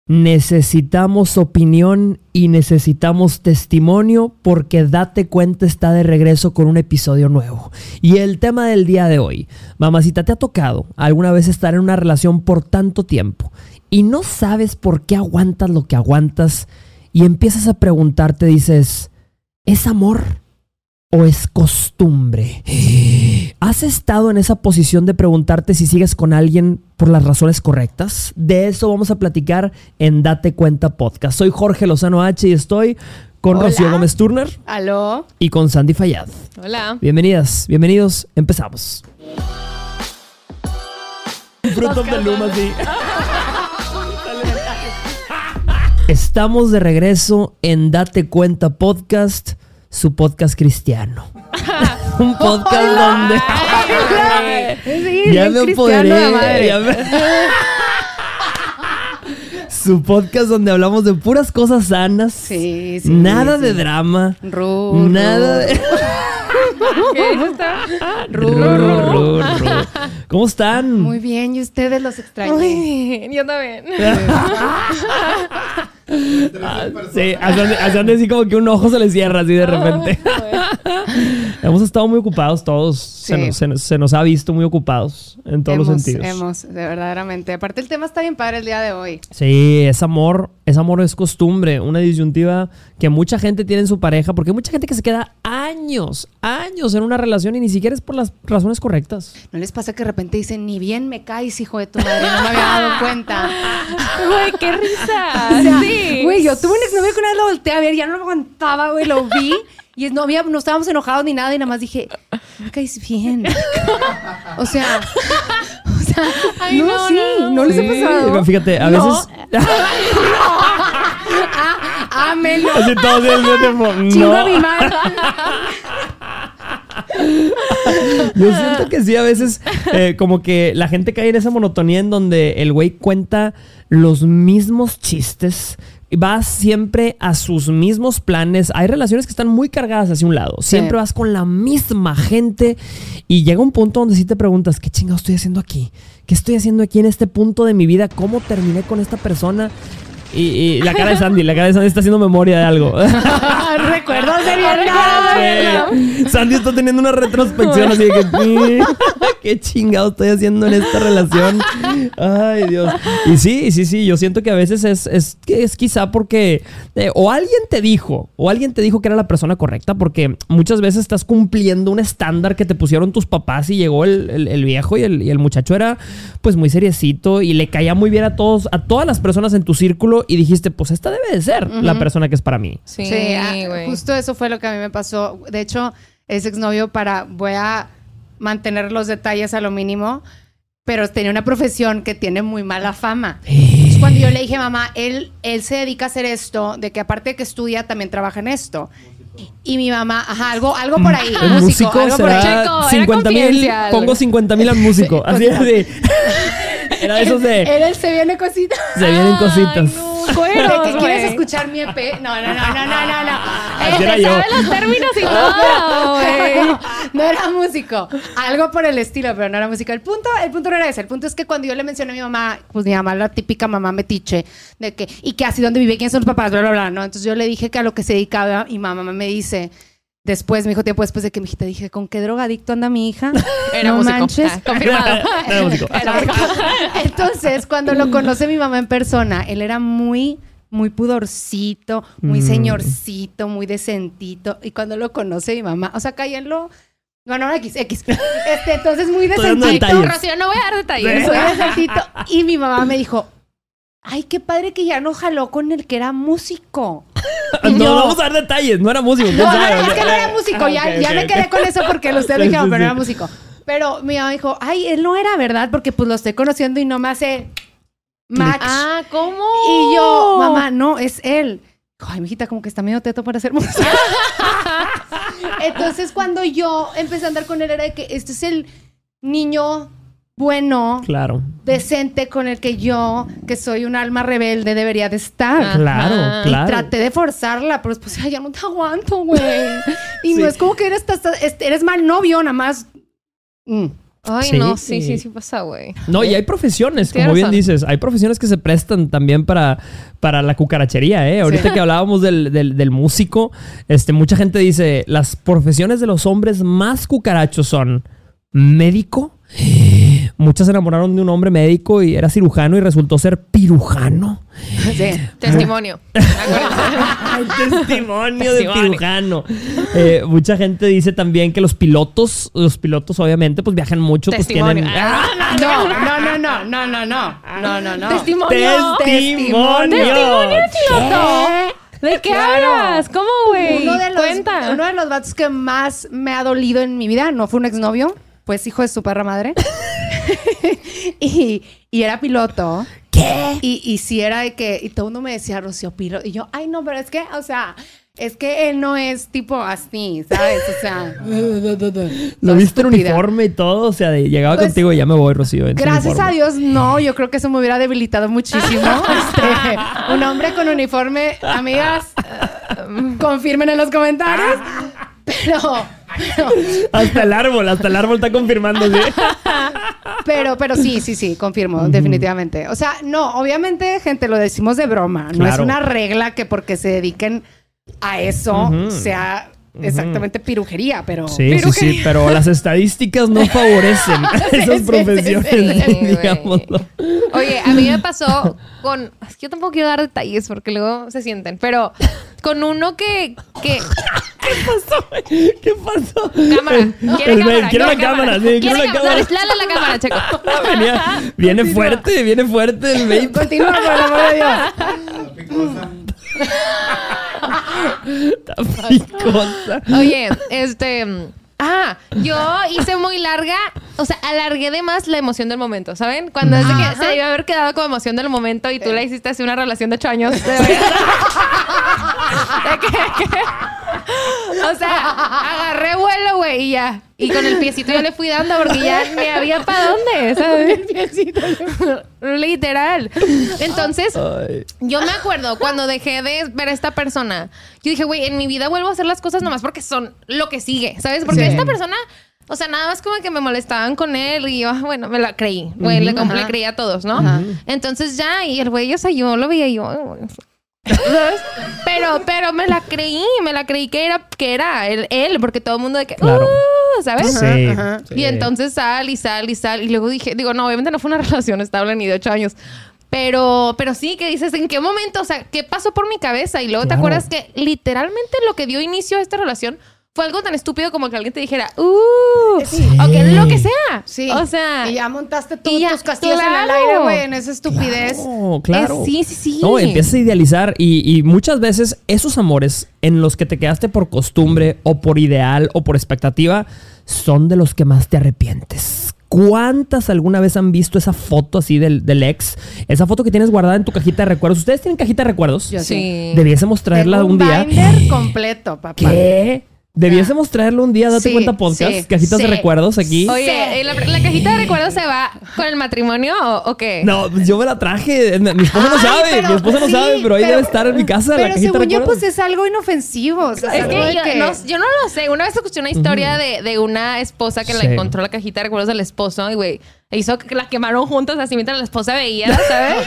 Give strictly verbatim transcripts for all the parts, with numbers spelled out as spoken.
Necesitamos opinión y necesitamos testimonio porque Date Cuenta está de regreso con un episodio nuevo. Y el tema del día de hoy, mamacita, ¿te ha tocado alguna vez estar en una relación por tanto tiempo y no sabes por qué aguantas lo que aguantas y empiezas a preguntarte, dices, ¿es amor o es costumbre? ¿Has estado en esa posición de preguntarte si sigues con alguien por las razones correctas? De eso vamos a platicar en Date Cuenta Podcast. Soy Jorge Lozano H y estoy con Hola. Rocío Gómez Turner. Aló. Y con Sandy Fayad. Hola. Bienvenidas, bienvenidos. Empezamos. Frutos de Luma, sí. Estamos de regreso en Date Cuenta Podcast, su podcast cristiano. Un podcast Hola. donde Sí, ya bien me cristiano de apoderé. madre. ya me- Su podcast donde hablamos de puras cosas sanas. Sí, sí. Nada sí. de drama. Ru, Nada ru. de... ¿Qué está? Ru, Ru, ru. ru, ru. ¿Cómo están? Muy bien, y ustedes los extrañé. Muy bien, yo también. Ah, sí, hacen, hacen así como que un ojo se les cierra así de repente. Hemos estado muy ocupados todos. Se, Sí. nos, se nos- se nos ha visto muy ocupados en todos hemos, los sentidos. Hemos, de verdaderamente. Aparte, el tema está bien padre el día de hoy. Sí, es amor. Es amor, es costumbre. Una disyuntiva que mucha gente tiene en su pareja. Porque hay mucha gente que se queda años, años en una relación y ni siquiera es por las razones correctas. ¿No les pasa que de repente dicen, ni bien me caes, hijo de tu madre? No me había dado cuenta. Güey, qué risa. O sea, Sí. güey, yo tuve un exnovio que una vez lo volteé a ver, ya no lo aguantaba, güey, lo vi. Y no, había, no estábamos enojados ni nada, y nada más dije, no me caes bien. O sea, o sea, Ay, no, no, sí, no, no, no. les Sí, ha pasado. fíjate, a No. veces... Ah, amén. Así todos el mismo tiempo. Chingo a No. mi madre. Yo siento que sí, a veces eh, como que la gente cae en esa monotonía en donde el güey cuenta los mismos chistes, va siempre a sus mismos planes. Hay relaciones que están muy cargadas hacia un lado. Siempre Sí. vas con la misma gente y llega un punto donde sí te preguntas, ¿qué chingado estoy haciendo aquí? ¿Qué estoy haciendo aquí en este punto de mi vida? ¿Cómo terminé con esta persona? Y, y la cara de Sandy, la cara de Sandy está haciendo memoria de algo. Recuerdo ser bien. Sí. Sandy está teniendo una retrospección así de que "Mm, qué chingado estoy haciendo en esta relación". Ay, Dios. Y sí, sí, sí, yo siento que a veces es, es, es quizá porque eh, o alguien te dijo, o alguien te dijo que era la persona correcta, porque muchas veces estás cumpliendo un estándar que te pusieron tus papás y llegó el, el, el viejo y el, y el muchacho era pues muy seriecito y le caía muy bien a todos, a todas las personas en tu círculo y dijiste, pues esta debe de ser Ujú. la persona que es para mí. Sí, Sí, ah, güey. justo eso fue lo que a mí me pasó. De hecho, ese exnovio para, voy a mantener los detalles a lo mínimo, pero tenía una profesión que tiene muy mala fama. Entonces, cuando yo le dije, mamá, él, él se dedica a hacer esto, de que aparte de que estudia, también trabaja en esto. Y mi mamá, ajá, algo, algo por ahí. El músico, algo por ahí. será Chico, era cincuenta mil, confidencial. pongo cincuenta mil al músico. Así es, sí. Era de esos de, Él, él se viene cositas. se vienen cositas. Ay, no, De cueros, que quieres güey. escuchar mi E P. No, no, no, no, no, no, no. Así era Te yo. sabe los términos y todo, güey. No, no era músico. Algo por el estilo, pero no era músico. El punto, el punto no era ese. El punto es que cuando yo le mencioné a mi mamá, pues mi mamá, la típica mamá metiche, de que, ¿y qué así? ¿Dónde vive? ¿Quiénes son los papás? Bla, bla, bla, ¿no? Entonces yo le dije que a lo que se dedicaba y mamá me dice, después, me dijo tiempo después de que mi hijita, dije, ¿con qué drogadicto anda mi hija? Era no músico. manches. Ah, confirmado. No era músico. Entonces, cuando lo conoce mi mamá en persona, él era muy, muy pudorcito, muy Mm. señorcito, muy decentito. Y cuando lo conoce mi mamá, o sea, caía en lo... Bueno, no, X, X. Este, entonces, muy Estoy dando decentito. detalles. Rocío, no voy a dar detalles. Muy decentito. Y mi mamá me dijo, ay, qué padre que ya no jaló con el que era músico. Y No, yo- no vamos a dar detalles. No era músico. ¿quién no, no, sabe? es que no era músico. Ah, Ya, ok, ya ok, me ok. quedé con eso porque ustedes Sí, dijeron, sí, pero no sí. era músico. Pero mi mamá dijo, ay, él no era, ¿verdad? Porque pues lo estoy conociendo y no me hace match. Ah, ¿cómo? Y yo, mamá, no, es él. Ay, mijita, como que está medio teto para hacer música. Entonces, cuando yo empecé a andar con él, era de que este es el niño bueno, Claro. decente con el que yo, que soy un alma rebelde, debería de estar. Ajá. Claro, Y claro. Traté de forzarla, pero después, ay, ya no te aguanto, güey. Y Sí. no es como que eres, eres mal novio, nada más. Mm. Ay, Sí. no, sí, sí, sí pasa, güey. No, y hay profesiones, Tienes como bien razón. dices, hay profesiones que se prestan también para, para la cucarachería, ¿eh? Ahorita Sí. que hablábamos del, del, del músico, este, mucha gente dice, las profesiones de los hombres más cucarachos son médico. Muchas se enamoraron de un hombre médico y era cirujano y resultó ser pirujano. Sí. Testimonio. Ay, testimonio de Testimonio. cirujano. Eh, mucha gente dice también que los pilotos, los pilotos obviamente pues viajan mucho, pues Testimonio. tienen... Ah, No, no, no, no, no, no, no, no, no, no. Testimonio. ¡Testimonio! Testimonio, piloto. ¿De qué Claro. hablas? ¿Cómo, güey? Uno de los, Cuenta. uno de los vatos que más me ha dolido en mi vida no fue un exnovio, pues hijo de su perra madre. y, y era piloto. ¿Qué? Y, y sí era de que, y todo el mundo me decía, Rocío, piloto. Y yo, ay, no, pero es que, o sea, es que él no es tipo así, ¿sabes? O sea, Lo no, viste en estúpida. uniforme y todo, o sea, de- llegaba Pues, contigo y ya me voy, Rocío. en tu Gracias uniforme. a Dios, no. Yo creo que eso me hubiera debilitado muchísimo. Este, un hombre con uniforme, amigas, eh, confirmen en los comentarios. Pero, pero, Hasta el árbol, hasta el árbol está confirmando, ¿sí? pero, pero sí, sí, sí, confirmo, definitivamente. O sea, no, obviamente, gente, lo decimos de broma. No es Claro. una regla que porque se dediquen a eso Ujú. sea exactamente pirujería, pero... Sí, sí, sí, pero las estadísticas no favorecen a Sí, esas sí, profesiones, sí, sí. Sí, güey. digámoslo. Oye, a mí me pasó con... Es que yo tampoco quiero dar detalles porque luego se sienten, pero con uno que... que ¿Qué pasó? ¿Qué pasó? cámara. ¿Quiere El- cámara? quiero No, la cámara, sí, quiero ¿Quiere la cámara? cámara. Dale, dale la cámara, Checo. Venía- viene fuerte, viene fuerte el vape. Continúa, por el amor de Dios. Está picosa. Oye, este... Ah, yo hice muy larga, o sea, alargué de más la emoción del momento, ¿saben? Cuando es de que se debió haber quedado como emoción del momento y tú la hiciste así una relación de ocho años. De verdad. De que- que- o sea, agarré vuelo, güey, y ya. Y con el piecito yo le fui dando porque ya ni había para dónde, ¿sabes? Literal. Entonces, Ay. yo me acuerdo cuando dejé de ver a esta persona, yo dije, güey, en mi vida vuelvo a hacer las cosas nomás porque son lo que sigue, ¿sabes? Porque Sí. esta persona, o sea, nada más como que me molestaban con él y yo, ah, bueno, me la creí, güey, le, como Ajá. le creí a todos, ¿no? Ajá. Entonces ya, y el güey, o sea, yo lo veía y yo, ay, güey, ¿sabes? Pero, pero me la creí, me la creí que era, que era él, él, porque todo el mundo de que, Claro. "Uh", ¿sabes? Sí, Ajá. sí. Y entonces sal y sal y sal. Y luego dije, digo, no, obviamente no fue una relación estable ni de ocho años. Pero, pero sí, que dices, ¿en qué momento? O sea, ¿qué pasó por mi cabeza? Y luego te Claro. acuerdas que literalmente lo que dio inicio a esta relación fue algo tan estúpido como que alguien te dijera, ¡uh! Sí. O que lo que sea. Sí. O sea. Y ya montaste tú y ya, tus castillos en el claro. aire, güey, en esa estupidez. Claro, claro. Eh, sí, sí, sí. No, empiezas a idealizar y, y muchas veces esos amores en los que te quedaste por costumbre o por ideal o por expectativa son de los que más te arrepientes. ¿Cuántas alguna vez han visto esa foto así del, del ex? Esa foto que tienes guardada en tu cajita de recuerdos. ¿Ustedes tienen cajita de recuerdos? Yo Sí. Debiésemos traerla Tengo un día. binder completo, papá. ¿Qué? Debiésemos traerlo un día, date Sí, cuenta podcast, sí, cajitas de sí. recuerdos aquí. Oye, ¿y ¿la, la cajita de recuerdos se va con el matrimonio o, o qué? No, pues yo me la traje. Mi esposa no Ay, sabe, pero- mi esposa no sí, sabe, pero ahí pero- debe estar en mi casa la Pero cajita de según yo, recuerdos. pues es algo inofensivo. O sea, Es algo que de yo, que- no, yo no lo sé. Una vez escuché una historia de, de una esposa que Sí. la encontró la cajita de recuerdos del esposo y, güey, hizo que la quemaron juntas así mientras la esposa veía, ¿sabes?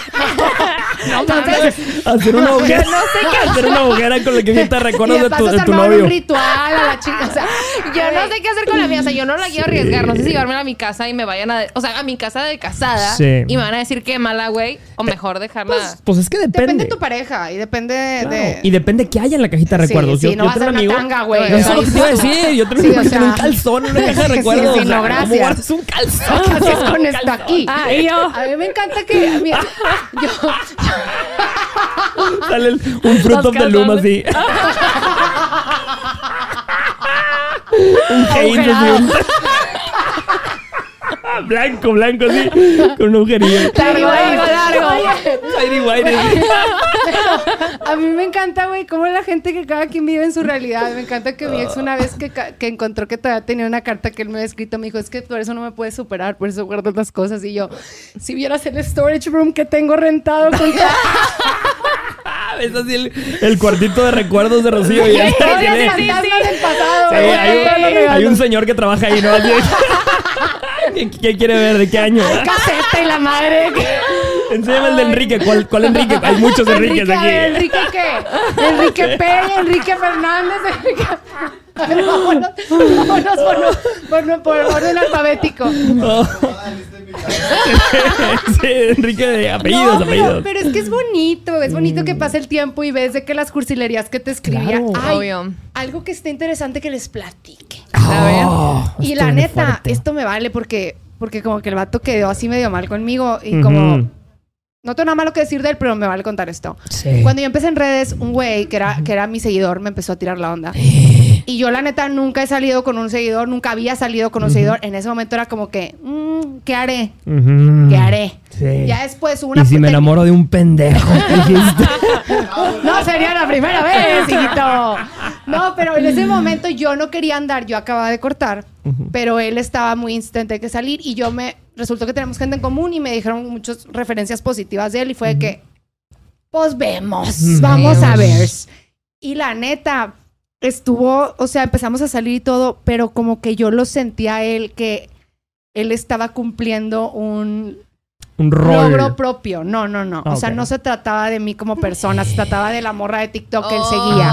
no mames. Hacer una hoguera. no sé qué hacer una hoguera con la cajita de recuerdos y de de tu, paso de se tu armaban novio. un ritual a la chica. O sea, Yo no sé qué hacer con la mía. O sea, yo no la quiero arriesgar. No sé si llevármela a mi casa y me vayan a... O sea, a mi casa de casada. Sí. Y me van a decir qué mala, güey. O mejor dejarla... Pues es que depende. depende de tu pareja y depende Claro. de... Y depende qué haya en la cajita de Sí, recuerdos. sí, yo, no yo va a tengo ser un una amigo. tanga, güey. Eso es lo que te iba a decir. Yo tengo Sí, un amigo o que tiene un sea. calzón en una caja de Sí, recuerdos. sí, O sea, no, ¿cómo gracias. guardas un calzón? ¿Qué haces con esto aquí? Ah, y yo... A mí me encanta que... a mí- yo, Sale el- un fruit Los of the loom así. un Heinz así. Un... blanco, blanco así. Con un agujerillo. Largo, largo, largo. Tidy whitey. a mí me encanta, güey, cómo la gente que cada quien vive en su realidad. Me encanta que mi ex una vez que, ca- que encontró que todavía tenía una carta que él me había escrito, me dijo, es que por eso no me puedes superar, por eso guardo las cosas. Y yo, si vieras el storage room que tengo rentado con Ah, es así el, el cuartito de recuerdos de Rocío. Y ya está, todos los tiene- fantasmas del pasado. Sí, güey, hay, todos los un, regalos. hay un señor que trabaja ahí, ¿no? Así- ¿Qué, qué quiere ver? ¿De qué año? Caseta y la madre. Enséñame el de Enrique. ¿Cuál, cuál Enrique? Hay muchos Enriques Enrique, aquí. ¿Enrique qué? Enrique Peña, Enrique Fernández, Enrique... A ver, vámonos, vámonos por, por, por orden alfabético. Oh. Sí, Enrique de apellidos, no, pero, apellidos. pero es que es bonito, es bonito mm. que pase el tiempo y ves de que las cursilerías que te escribían. Claro. Ay, obvio. Algo que esté interesante que les platique. Oh, a ver. Y la neta, fuerte. Esto me vale porque, porque como que el vato quedó así medio mal conmigo y uh-huh. como... No tengo nada malo que decir de él, pero me vale contar esto. Sí. Cuando yo empecé en redes, un güey que era, que era mi seguidor me empezó a tirar la onda. Y yo, la neta, nunca he salido con un seguidor, nunca había salido con un uh-huh. seguidor. En ese momento era como que, mmm, ¿qué haré? Uh-huh. ¿Qué haré? Sí. Ya después hubo una... ¿Y si me enamoro de un pendejo? No, sería la primera vez, hijito. No, pero en ese momento yo no quería andar. Yo acababa de cortar, uh-huh. pero él estaba muy insistente de que salir y yo me... Resultó que tenemos gente en común y me dijeron muchas referencias positivas de él y fue de que, pues vemos, vamos a ver. Y la neta, estuvo, o sea, empezamos a salir y todo, pero como que yo lo sentía a él que él estaba cumpliendo un... Un rol. Logro propio. No, no, no. Okay. O sea, no se trataba de mí como persona, se trataba de la morra de TikTok oh, que él seguía.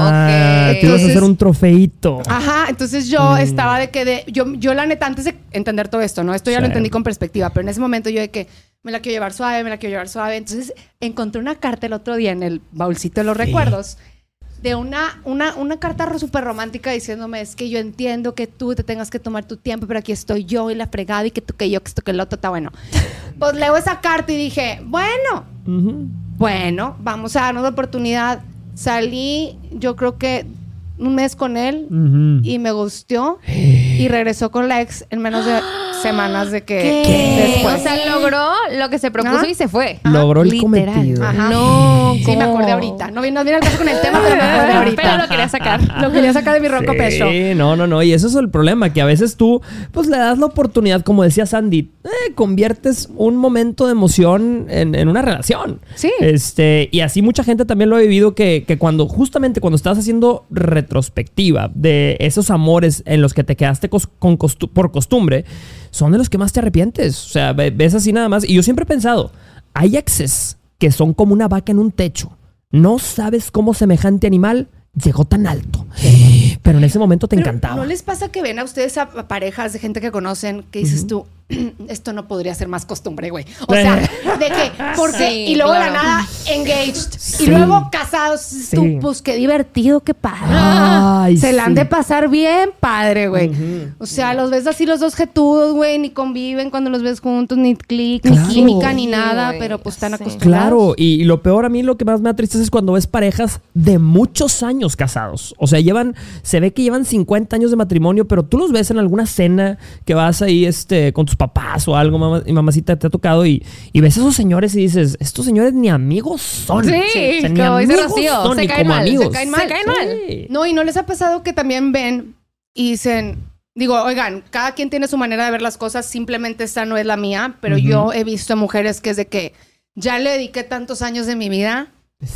Ah, okay. Te ibas a hacer un trofeito. Ajá, entonces yo mm. estaba de que de... Yo, yo la neta, antes de entender todo esto, ¿no? Esto ya sí. lo entendí con perspectiva, pero en ese momento yo de que me la quiero llevar suave, me la quiero llevar suave. Entonces encontré una carta el otro día en el baúlcito de los sí. recuerdos de una, una, una carta súper romántica diciéndome, es que yo entiendo que tú te tengas que tomar tu tiempo, pero aquí estoy yo y la fregada y que tú, que yo, que esto, que el otro, está bueno. Pues leo esa carta y dije, bueno, uh-huh. bueno, vamos a darnos la oportunidad. Salí, yo creo que un mes con él uh-huh. y me gustó y regresó con la ex en menos de semanas de que ¿Qué? después. O sea, logró lo que se propuso ¿Ah? y se fue. Logró el Literal. cometido. Ajá. No, sí, ¿cómo? Me acordé ahorita. No, no viene al caso con el tema, pero me acordé ahorita. Pero lo quería sacar. Lo quería sacar de mi ronco sí, pecho. Sí, no, no, no. Y eso es el problema, que a veces tú, pues le das la oportunidad, como decía Sandy, eh, conviertes un momento de emoción en, en una relación. Sí. Este, y así mucha gente también lo ha vivido, que, que cuando, justamente cuando estás haciendo retrospectiva de esos amores en los que te quedaste cos, con costu- por costumbre, son de los que más te arrepientes. O sea, ves así nada más. Y yo siempre he pensado, hay exes que son como una vaca en un techo. No sabes cómo semejante animal llegó tan alto. Pero en ese momento te Pero encantaba. ¿no les pasa que ven a ustedes a parejas de gente que conocen que dices uh-huh. tú, esto no podría ser más costumbre, güey? O sea, de que, ¿por qué? Sí, y luego claro. de la nada, engaged. Sí. Y luego casados. Sí. Tú, pues qué divertido, qué padre. Ay, Se sí. la han de pasar bien padre, güey. Uh-huh. O sea, los ves así los dos jetudos, güey, ni conviven cuando los ves juntos, ni clic, claro. ni química, ni sí, nada, wey. Pero pues están sí. acostumbrados. Claro, y, y lo peor a mí, lo que más me da tristeza es cuando ves parejas de muchos años casados. O sea, llevan, se ve que llevan cincuenta años de matrimonio, pero tú los ves en alguna cena que vas ahí este, con tus papás o algo, mamá, y mamacita te ha tocado y, y ves a esos señores y dices, estos señores ni amigos son. Sí, sí, o sea, ni amigos son, se ni caen como mal, amigos. Se caen mal. Se caen mal. Sí. No, y ¿no les ha pasado que también ven y dicen, digo, oigan, cada quien tiene su manera de ver las cosas, simplemente esta no es la mía, pero uh-huh. yo he visto mujeres que es de que ya le dediqué tantos años de mi vida.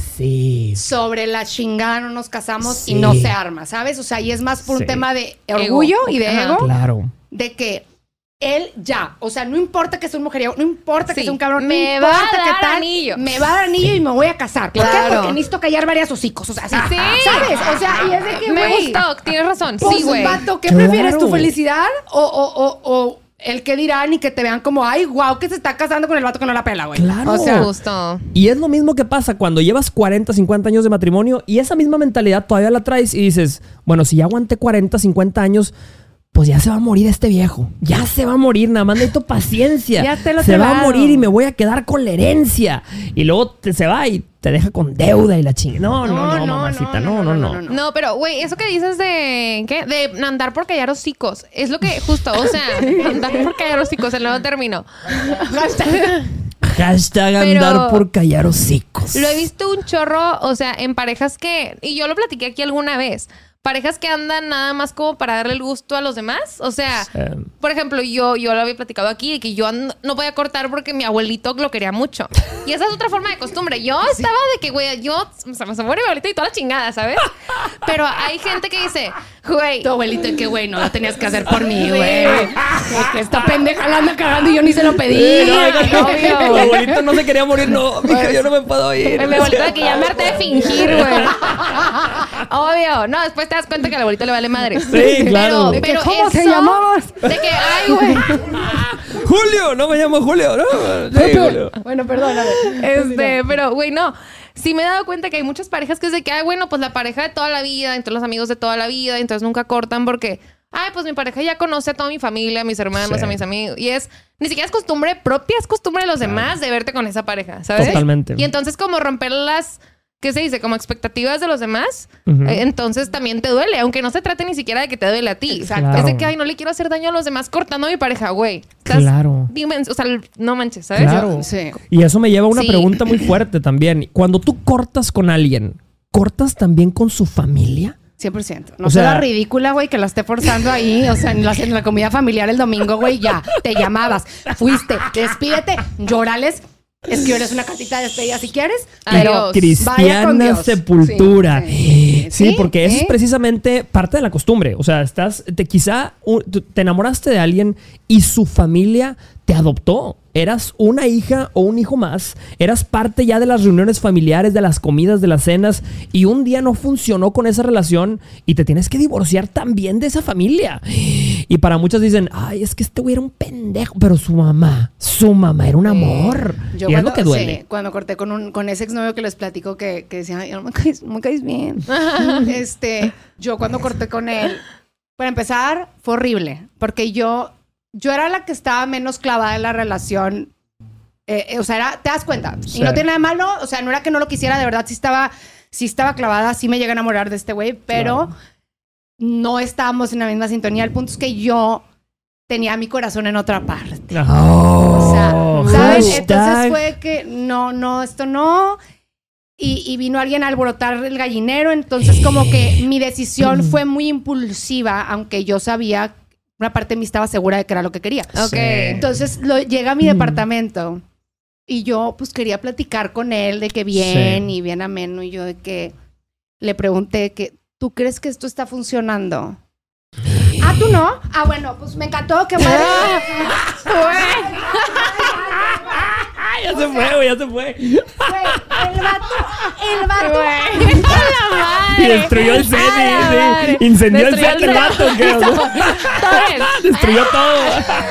Sí. Sobre la chingada no nos casamos sí. y no se arma, ¿sabes? O sea, y es más por sí. un tema de orgullo ego. y de Ajá. ego. Claro. De que él ya, o sea, no importa que sea un mujeriego, no importa sí. que sea un cabrón, me no va importa a que dar tal, anillo. me va a dar anillo y me voy a casar. ¿Por claro. qué? Porque necesito callar varias hocicos, o sea, sí. sí. ¿sabes? O sea, y es de que, me güey, gustó, tienes razón. Pues, sí, güey. Vato, ¿qué claro. prefieres, tu felicidad o, o, o, o el que dirán y que te vean como, ay, wow, que se está casando con el vato que no la pela, güey? Claro. O sea, justo. Y es lo mismo que pasa cuando llevas cuarenta, cincuenta años de matrimonio y esa misma mentalidad todavía la traes y dices, bueno, si ya aguanté cuarenta, cincuenta años, pues ya se va a morir este viejo. Ya se va a morir, nada más necesito paciencia. Ya te lo Se quedado. va a morir y me voy a quedar con la herencia. Y luego te, se va y te deja con deuda y la chingada. No, no, no, no, no, mamacita, no, no, no. No, no, no. no pero, güey, eso que dices de, ¿qué? De andar por callar hocicos. Es lo que, justo, o sea, andar por callar hocicos, el nuevo término. Hashtag andar pero por callar hocicos. Lo he visto un chorro, o sea, en parejas que... Y yo lo platiqué aquí alguna vez. parejas que andan nada más como para darle el gusto a los demás. O sea, Sí. por ejemplo, yo, yo lo había platicado aquí, de que yo ando- no voy a cortar porque mi abuelito lo quería mucho. Y esa es otra forma de costumbre. Yo estaba de que, güey, yo, o sea, se muere mi abuelito y toda la chingada, ¿sabes? Pero hay gente que dice, güey, Tu abuelito, que güey, no lo tenías que hacer por mí, güey. Que esta pendeja la anda cagando y yo ni se lo pedí. Sí, no, no, obvio. tu abuelito no se quería morir. No, mija, yo no me puedo ir. mi abuelito de que ya me harté de fingir, güey. Obvio. No, después te das cuenta que al abuelito le vale madre. Sí, claro. Pero, pero ¿cómo te eso- llamabas? De que, ay, güey. Julio, no me llamo Julio, ¿no? Sí, Julio. Bueno, perdóname. Este, pero, güey, no. Sí me he dado cuenta que hay muchas parejas que es de que, ay, bueno, pues la pareja de toda la vida, entre los amigos de toda la vida, entonces nunca cortan porque, ay, pues mi pareja ya conoce a toda mi familia, a mis hermanos, Sí. a mis amigos. Y es, ni siquiera es costumbre propia, es costumbre de los demás de verte con esa pareja, ¿sabes? Totalmente. Y entonces como romper las, ¿qué se dice? Como expectativas de los demás, Ujú. eh, entonces también te duele, aunque no se trate ni siquiera de que te duele a ti. Exacto. Es de Claro. que, ay, no le quiero hacer daño a los demás cortando a mi pareja, güey. Estás Claro. dimen- o sea, no manches, ¿sabes? Claro. Sí. Y eso me lleva a una Sí. pregunta muy fuerte también. Cuando tú cortas con alguien, ¿cortas también con su familia? cien por ciento. No O sea, sea- la ridícula, güey, que la esté forzando ahí. O sea, en la, en la comida familiar el domingo, güey, ya. Te llamabas, fuiste, despídete, llórales. Escríbeles una cartita de despedida si quieres. Pero Adiós. vaya con Cristiana Dios. sepultura. Sí, Sí, sí. porque eso ¿Sí? es precisamente parte de la costumbre. O sea, estás, te, quizá u- tú te enamoraste de alguien y su familia te adoptó. Eras una hija o un hijo más. Eras parte ya de las reuniones familiares, de las comidas, de las cenas. Y un día no funcionó con esa relación y te tienes que divorciar también de esa familia. Y para muchos dicen, ay, es que este güey era un pendejo. Pero su mamá, su mamá era un amor. Yo y es cuando, lo que duele. sí, cuando corté con un con ese exnovio que les platico que, que decía, "Ay, no me caes, no me caes bien. este, yo cuando corté con él, para empezar, fue horrible. Porque yo, yo era la que estaba menos clavada en la relación. Eh, eh, o sea, era, te das cuenta. Sí. Y no tiene nada de malo. O sea, no era que no lo quisiera, de verdad, sí estaba, sí estaba clavada, sí me llegué a enamorar de este güey, pero Claro. no estábamos en la misma sintonía. El punto es que yo tenía mi corazón en otra parte. Oh, O sea, ¿sabes? hashtag. Entonces fue que no, no, esto no. Y, y vino alguien a alborotar el gallinero. Entonces, como que mi decisión fue muy impulsiva, aunque yo sabía, una parte de mí estaba segura de que era lo que quería. Ok. Sí. Entonces, lo, llega a mi departamento y yo, pues, quería platicar con él de que bien Sí. y bien ameno. Y yo de que le pregunté que, ¿tú crees que esto está funcionando? Ah, ¿tú no? Ah, bueno, pues me encantó, que madre. Ay, ya se fue, güey, ya se fue. Güey, el vato, el vato. Güey, ¡a la madre! Y destruyó el set, ¡A la sí, madre! sí. Incendió el Destruyó set el vato. ¿Qué? O sea, Todo bien. destruyó todo.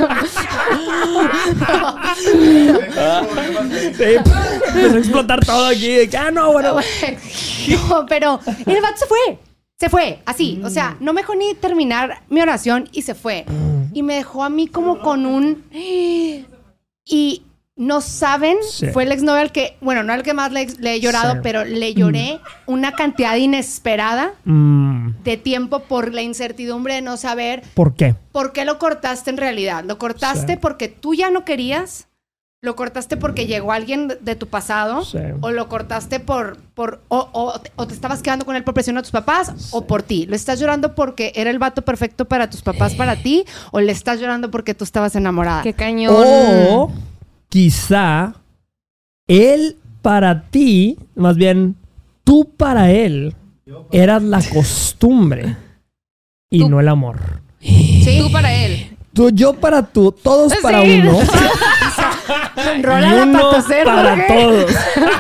Sí, empezó a explotar todo aquí. De que, ah, no, bueno. No, pero el vato se fue. Se fue, así. O sea, no me dejó ni terminar mi oración y se fue. Y me dejó a mí como con un... Y no saben, Sí. fue el exnovio al que... Bueno, no al que más le, le he llorado, Sí. pero le lloré una cantidad inesperada Mm, de tiempo por la incertidumbre de no saber ¿por qué? por qué lo cortaste en realidad. ¿Lo cortaste Sí. porque tú ya no querías? ¿Lo cortaste porque llegó alguien de tu pasado? Sí. ¿O lo cortaste por... por o, o- o te estabas quedando con él por presión a tus papás? ¿O por ti? ¿Le estás llorando porque era el vato perfecto para tus papás, para ti? ¿O le estás llorando porque tú estabas enamorada? ¡Qué cañón! O quizá él para ti, más bien tú para él, eras la costumbre y Tú- no el amor. Sí. Tú para él. Tú, yo para tú, todos Sí. para uno. Rola y la uno patacera, para ¿qué? todos.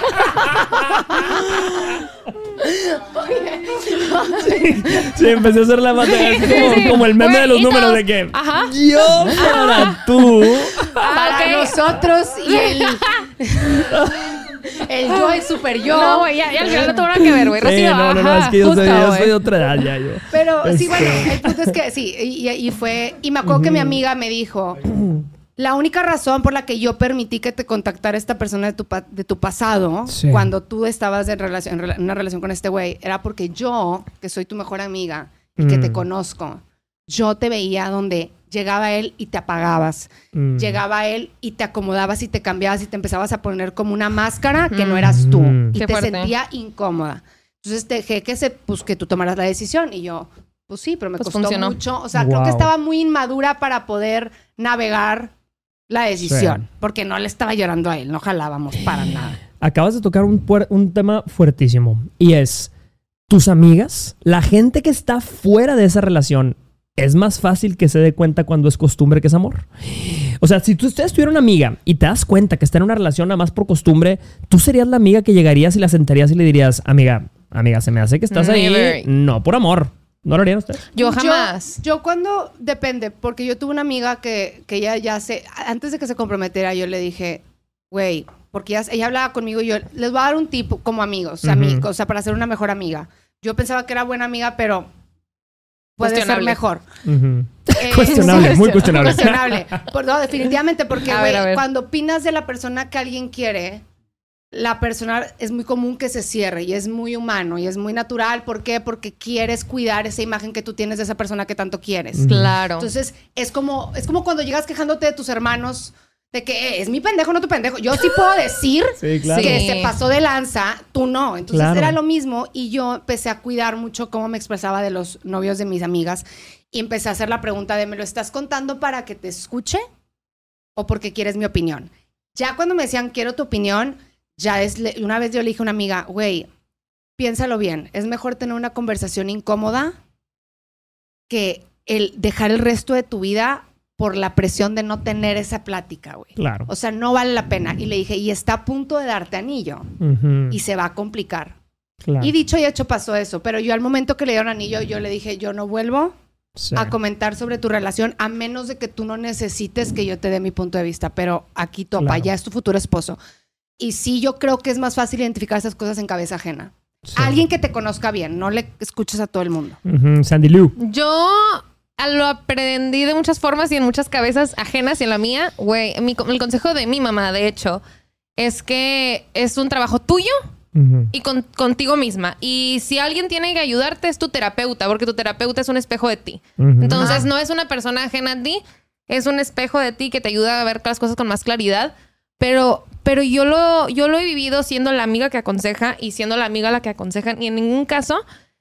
Sí, sí, empecé a hacer la mata así como, sí. como el meme Güey, de los y números todos- de que Ajá. yo para tú. Para Ah, ok. nosotros y el... el yo, el super yo. No, güey, ya, ya al final no tuvo nada que ver, güey. Sí, Rocío, no, no, no, ajá, es que yo, justo, soy, yo güey. soy de otra edad ya yo. Pero sí, Este- bueno, el punto es que sí, y, y fue... Y me acuerdo que mi amiga me dijo... La única razón por la que yo permití que te contactara esta persona de tu, pa- de tu pasado, Sí. cuando tú estabas en, relación, en rela- en una relación con este güey, era porque yo, que soy tu mejor amiga y que te Mm. conozco, yo te veía donde llegaba él y te apagabas. Mm. Llegaba él y te acomodabas y te cambiabas y te empezabas a poner como una máscara que no eras tú. Mm. Y Qué te fuerte. sentía incómoda. Entonces Entonces dejé que, se, pues, que tú tomaras la decisión. Y yo, pues sí, pero me pues costó funcionó. mucho. O sea, Wow. creo que estaba muy inmadura para poder navegar la decisión. Sí. Porque no le estaba llorando a él, no jalábamos para nada. Acabas de tocar un, puer- un tema fuertísimo. Y es, tus amigas, la gente que está fuera de esa relación, es más fácil que se dé cuenta cuando es costumbre que es amor. O sea, si tú ustedes tuvieran una amiga y te das cuenta que está en una relación nada más por costumbre, tú serías la amiga que llegarías y la sentarías y le dirías, amiga, amiga, se me hace que estás ahí. Never. No, por amor. ¿No lo harían ustedes? Yo jamás. Yo, yo cuando, depende, porque yo tuve una amiga que, que ella ya se, antes de que se comprometiera, yo le dije, güey, porque ella, ella hablaba conmigo y yo, les voy a dar un tip como amigos, Ujú. amigos, o sea, para ser una mejor amiga. Yo pensaba que era buena amiga, pero puede ser Cuestionable. mejor. Uh-huh. Eh, Cuestionable, muy cuestionable. Cuestionable. Por- no, definitivamente, porque, A ver, güey, a ver. cuando opinas de la persona que alguien quiere, la persona es muy común que se cierre y es muy humano y es muy natural. ¿Por qué? Porque quieres cuidar esa imagen que tú tienes de esa persona que tanto quieres. Ujú. Claro. Entonces, es como, es como cuando llegas quejándote de tus hermanos de que eh, es mi pendejo, no tu pendejo. Yo sí puedo decir Sí, claro. que Sí. se pasó de lanza, tú no. Entonces Claro. era lo mismo y yo empecé a cuidar mucho cómo me expresaba de los novios de mis amigas y empecé a hacer la pregunta de, ¿me lo estás contando para que te escuche o porque quieres mi opinión? Ya cuando me decían, quiero tu opinión, ya es, le- una vez yo le dije a una amiga, güey, piénsalo bien, es mejor tener una conversación incómoda que el dejar el resto de tu vida por la presión de no tener esa plática, güey. Claro. O sea, no vale la pena. Y le dije, y está a punto de darte anillo Ujú. y se va a complicar. Claro. Y dicho y hecho pasó eso, pero yo al momento que le dieron anillo, yo le dije, yo no vuelvo Sí. a comentar sobre tu relación a menos de que tú no necesites que yo te dé mi punto de vista, pero aquí topa, Claro. ya es tu futuro esposo. Y sí, yo creo que es más fácil identificar esas cosas en cabeza ajena. Sí. Alguien que te conozca bien, no le escuches a todo el mundo. Ujú. Sandy Lou. Yo lo aprendí de muchas formas y en muchas cabezas ajenas y en la mía, güey, mi- el consejo de mi mamá, de hecho, es que es un trabajo tuyo Ujú. y con- contigo misma. Y si alguien tiene que ayudarte, es tu terapeuta, porque tu terapeuta es un espejo de ti. Ujú. Entonces, no es una persona ajena a ti, es un espejo de ti que te ayuda a ver las cosas con más claridad. Pero, pero yo, lo, yo lo he vivido siendo la amiga que aconseja y siendo la amiga a la que aconsejan. Y en ningún caso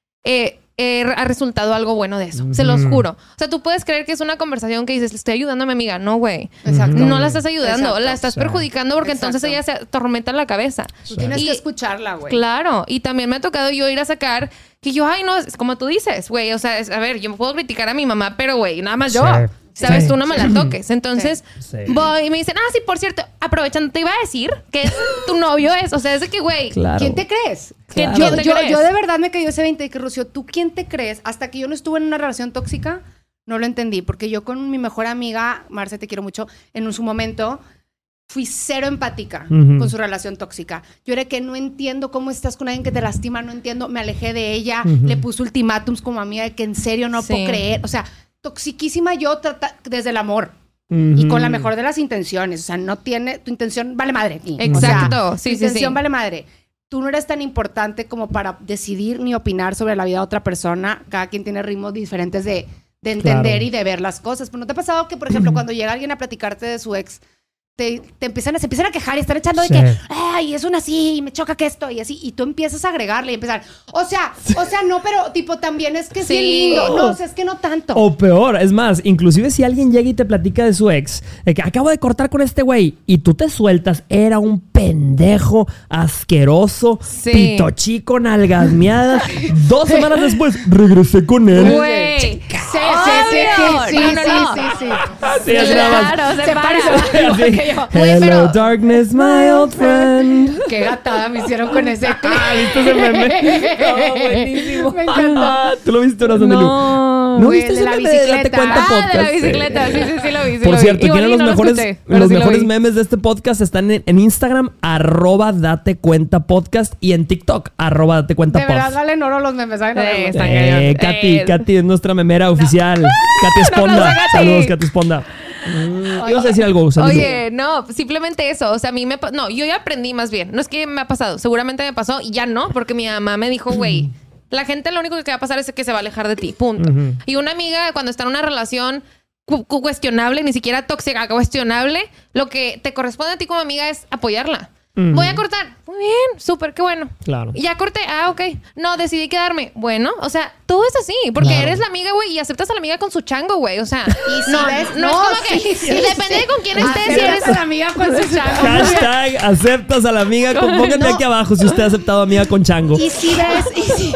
eh, eh, ha resultado algo bueno de eso. Se los Ujú. juro. O sea, tú puedes creer que es una conversación que dices, le estoy ayudando a mi amiga. No, güey. Exacto. No la estás ayudando, Exacto. la estás Sí. perjudicando porque Exacto. entonces ella se atormenta la cabeza. Tú Sí. tienes Y- que escucharla, güey. Claro, y también me ha tocado yo ir a sacar que yo, ay, no, es como tú dices, güey, o sea, es- a ver, yo me puedo criticar a mi mamá, pero, güey, nada más yo, Sí. ¿sabes? Sí. Tú no me la toques. Entonces, Sí. voy y me dicen, ah, sí, por cierto, aprovechando, te iba a decir que es- tu novio es, o sea, es de que, güey, Claro. ¿Quién te crees? ¿quién- Claro. Yo, quién te yo, crees? yo de verdad me cayó ese veinte de que, Rocío, ¿tú quién te crees? Hasta que yo no estuve en una relación tóxica, no lo entendí. Porque yo con mi mejor amiga, Marce, te quiero mucho, en su momento fui cero empática Ujú. con su relación tóxica. Yo era que no entiendo cómo estás con alguien que te lastima, no entiendo, me alejé de ella, Ujú. le puse ultimátums como amiga de que en serio no Sí. puedo creer. O sea, toxiquísima yo trata- desde el amor. Ujú. Y con la mejor de las intenciones. O sea, no tiene... Tu intención vale madre aquí. Exacto. O sea, Sí, tu sí, intención sí. vale madre. Tú no eres tan importante como para decidir ni opinar sobre la vida de otra persona. Cada quien tiene ritmos diferentes de, de entender Claro. y de ver las cosas. Pero ¿no te ha pasado que, por ejemplo, cuando llega alguien a platicarte de su ex, te, te empiezan, a- se empiezan a quejar y están echando Sí. de que, ay, es una así, y me choca que esto, y así, y tú empiezas a agregarle y empezar, o sea, o sea, no, pero tipo también es que es bien Sí. lindo. No, o sea, es que no tanto. O peor, es más, inclusive si alguien llega y te platica de su ex, de que acabo de cortar con este güey, y tú te sueltas, era un pendejo, asqueroso, Sí. pito chico, nalgas miadas. Dos semanas después, regresé con él. Güey. Sí, sí, sí, sí, sí, Obvio. No, no, no. sí, sí, sí. Así es, nada más. Claro, se Se para y se para. va. Así, Igual que yo. Güey, Hello, pero- darkness, my old friend. Qué gatada me hicieron con ese clip. Ah, ¿viste ese meme? No, buenísimo. Me encantó. Ah, ¿tú lo viste, Horacio Andelú? No. ¿No Güey, viste el ese de la meme de Date bicicleta. Cuenta Ah, Podcast? de la bicicleta. Sí, sí, sí lo vi. sí Por lo vi. cierto, Igual ¿quieren y los no lo mejores, escuché, pero los sí lo mejores vi. memes de este podcast? Están en, en Instagram, arroba Date Cuenta Podcast, y en TikTok, arroba Date Cuenta De verdad Pod. valen oro los memes, ¿saben? Sí, está Eh, cañón. Katy, Eh. Katy es nuestra memera oficial. Katy Esponda. aplauso a Katy. Saludos, Katy Esponda. Mm, ibas a decir algo, Sandy. Oye, no, simplemente eso. O sea, a mí me... pa- No, yo ya aprendí más bien. No es que me ha pasado. Seguramente me pasó y ya no, porque mi mamá me dijo, güey, la gente lo único que va a pasar es que se va a alejar de ti. Punto. Ujú. Y una amiga, cuando está en una relación cu- cu- cuestionable, ni siquiera tóxica, cuestionable, lo que te corresponde a ti como amiga es apoyarla. Mm. Voy a cortar. Muy bien, súper, qué bueno. Claro. Y ya corté. Ah, ok. No, decidí quedarme. Bueno, o sea, todo es así. Porque Claro. eres la amiga, güey, y aceptas a la amiga con su chango, güey. O sea, Y si no, ves- no, no, es como que... sí, sí, y sí. depende de con quién estés. Si Aceptas eres... a la amiga con su chango. Hashtag aceptas a la amiga con... Pónganme No. aquí abajo si usted ha aceptado amiga con chango. Y si ves, y si,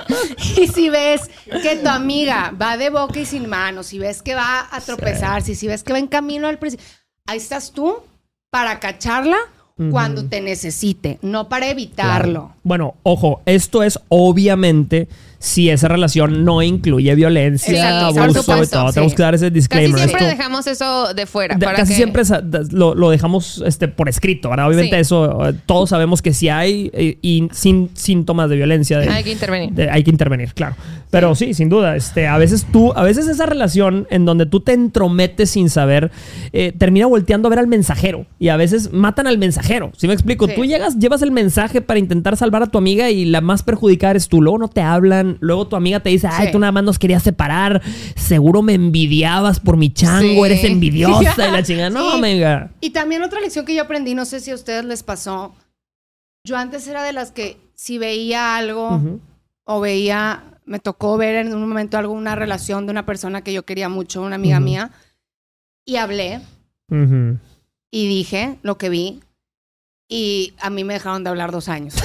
y si ves que tu amiga va de boca y sin manos, si ves que va a tropezar, si, si ves que va en camino al principio, ahí estás tú para cacharla cuando te necesite, no para evitarlo. Claro. Bueno, ojo, esto es obviamente si esa relación no incluye violencia, Exacto, por abuso y supuesto, todo. sí. Tenemos que dar ese Casi disclaimer. siempre Esto- dejamos eso de fuera. de- para casi que- siempre sa- da- lo, lo dejamos este, por escrito, ¿verdad? Obviamente Sí. eso, eh, todos sabemos que si hay eh, y sin síntomas de violencia, de- Hay que intervenir. de- hay que intervenir, claro. Pero sí, sin duda, este, a veces tú, a veces esa relación en donde tú te entrometes sin saber, eh, termina volteando a ver al mensajero y a veces matan al mensajero. ¿Sí me explico? Sí. Tú llegas, llevas el mensaje para intentar salvar a tu amiga y la más perjudicada eres tú. Luego no te hablan, luego tu amiga te dice, ay, Sí. tú nada más nos querías separar, seguro me envidiabas por mi chango, Sí. eres envidiosa y la chingada. No, Sí. amiga. Y también otra lección que yo aprendí, no sé si a ustedes les pasó, yo antes era de las que si veía algo Ujú. o veía, me tocó ver en un momento algo, una relación de una persona que yo quería mucho, una amiga Ujú. mía, y hablé Ujú. y dije lo que vi y a mí me dejaron de hablar dos años.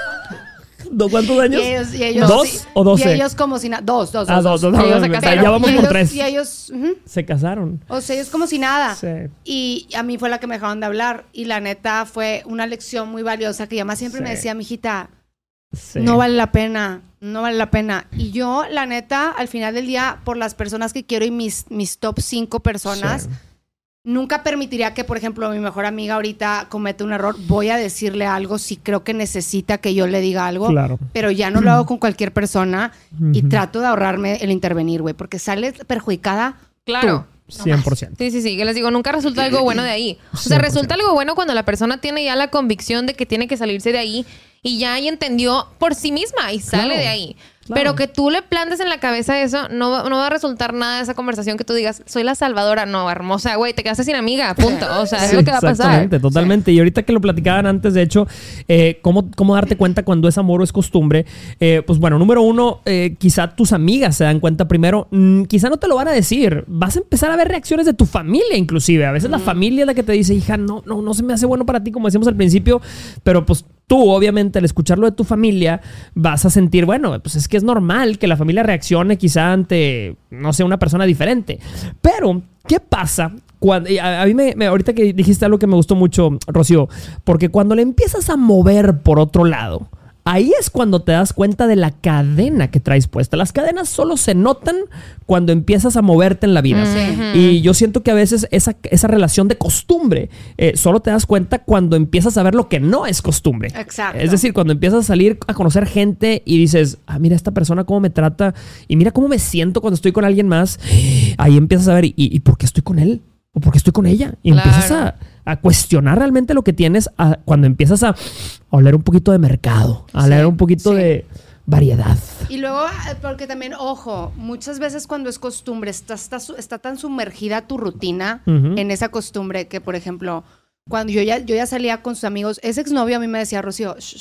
¿Do- ¿Cuántos Y años? ellos, y ellos, ¿Dos sí, o doce? Y ellos como si nada, dos, dos, Ah, dos, dos, Y dos, ellos dos, se dos. casaron. Ya vamos Y por ellos- tres. Y ellos, ujú. Se casaron. O sea, ellos como si nada. Sí. Y a mí fue la que me dejaron de hablar. Y la neta fue una lección muy valiosa que mi mamá siempre Sí. me decía, mijita, Sí. no vale la pena, no vale la pena. Y yo, la neta, al final del día, por las personas que quiero y mis, mis top cinco personas, Sí. nunca permitiría que, por ejemplo, mi mejor amiga ahorita cometa un error. Voy a decirle algo si creo que necesita que yo le diga algo. Claro. Pero ya no lo hago con cualquier persona y Ujú. trato de ahorrarme el intervenir, güey, porque sales perjudicada. Claro. cien por ciento. Sí, sí, sí. Que les digo, nunca resulta algo bueno de ahí. O sea, cien por ciento. resulta algo bueno cuando la persona tiene ya la convicción de que tiene que salirse de ahí y ya ahí entendió por sí misma y sale Claro, de ahí. claro. Pero que tú le plantes en la cabeza eso, no, va- no va a resultar nada de esa conversación que tú digas, soy la salvadora. No, hermosa, güey, te quedaste sin amiga, punto. O sea, es Sí, lo que va a pasar. exactamente, totalmente. Y ahorita que lo platicaban antes, de hecho, eh, ¿cómo, cómo darte cuenta cuando es amor o es costumbre? Eh, pues bueno, número uno, eh, quizá tus amigas se dan cuenta primero. Mm, quizá no te lo van a decir. Vas a empezar a ver reacciones de tu familia, inclusive. A veces la familia es la que te dice, hija, no, no, no se me hace bueno para ti, como decíamos al principio, pero pues tú, obviamente, al escucharlo de tu familia, vas a sentir, bueno, pues es que es normal que la familia reaccione quizá ante, no sé, una persona diferente. Pero, ¿qué pasa cuando... y A, a mí me, me- ahorita que dijiste algo que me gustó mucho, Rocío, porque cuando le empiezas a mover por otro lado, ahí es cuando te das cuenta de la cadena que traes puesta. Las cadenas solo se notan cuando empiezas a moverte en la vida. Sí. Y yo siento que a veces esa, esa relación de costumbre eh, solo te das cuenta cuando empiezas a ver lo que no es costumbre. Exacto. Es decir, cuando empiezas a salir a conocer gente y dices, ah, mira esta persona cómo me trata y mira cómo me siento cuando estoy con alguien más, ahí empiezas a ver, ¿y, y por qué estoy con él? ¿O por qué estoy con ella? Y Claro. empiezas a, a cuestionar realmente lo que tienes a- cuando empiezas a oler un poquito de mercado, a Sí, oler un poquito sí. de variedad. Y luego, eh, porque también, ojo, muchas veces cuando es costumbre, está, está, su- está tan sumergida tu rutina Ujú. en esa costumbre que, por ejemplo, cuando yo ya, yo ya salía con sus amigos, ese exnovio a mí me decía, Rocío, shh,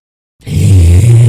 shh,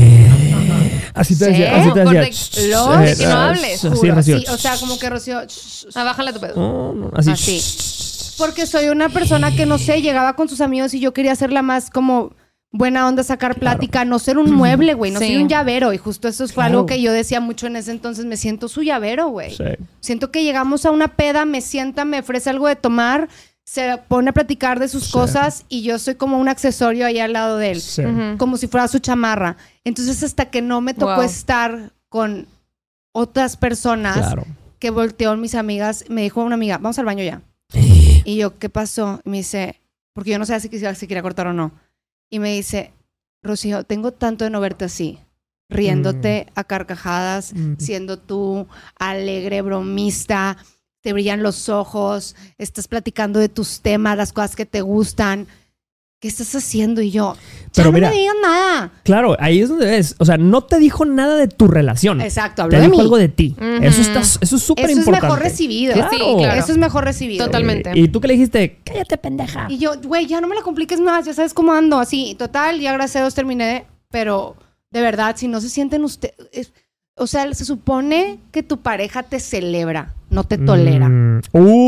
Así te Sí. decía, así te decía. Correcto. "Shh, Lo- eh, que no ah, hables, Así, juro, Rocío. así, o sea, como que Rocío, shh, shh, Ah, bájale tu pedo. No, no, así. Así. "Shh". porque soy una persona que, no sé, llegaba con sus amigos y yo quería hacerla más como buena onda, sacar plática, no ser un mueble, güey, no Sí. ser un llavero. Y justo eso fue Claro. algo que yo decía mucho en ese entonces, me siento su llavero, güey. Sí. Siento que llegamos a una peda, me sienta, me ofrece algo de tomar, se pone a platicar de sus Sí. cosas y yo soy como un accesorio ahí al lado de él, Sí. Ujú. como si fuera su chamarra. Entonces, hasta que no me tocó Wow. estar con otras personas Claro. que volteó mis amigas, me dijo una amiga, vamos al baño ya. Y yo, ¿qué pasó? Y me dice, porque yo no sabía si quisiera, si quería cortar o no. Y me dice, Rocío, tengo tanto de no verte así, riéndote a carcajadas, Mm. siendo tú alegre, bromista, te brillan los ojos, estás platicando de tus temas, las cosas que te gustan. ¿qué estás haciendo? Y yo, ya Pero no mira, me digan nada. Claro, ahí es donde ves. O sea, no te dijo nada de tu relación. Exacto, habló te de dijo mí. algo de ti. Ujú. Eso está, eso es súper Eso es importante. mejor recibido. Claro. Sí, claro. Eso es mejor recibido. Totalmente. Y tú que le dijiste, cállate, pendeja. Y yo, güey, ya no me la compliques más, ya sabes cómo ando. Así, total, ya gracias a Dios terminé. Pero, de verdad, si no se sienten ustedes... O sea, se supone que tu pareja te celebra, no te tolera. Mm.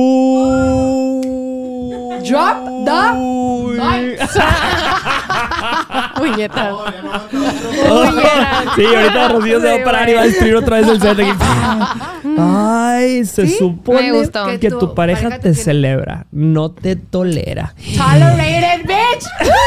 Uh. Drop the Uy. Puñeta. Sí, ahorita Rocío se va a parar y va a destruir otra vez el set aquí. Ay, se ¿Sí? supone Me gustó. que, Que tu, tu pareja, pareja te te celebra, no te tolera. Tolerated, bitch.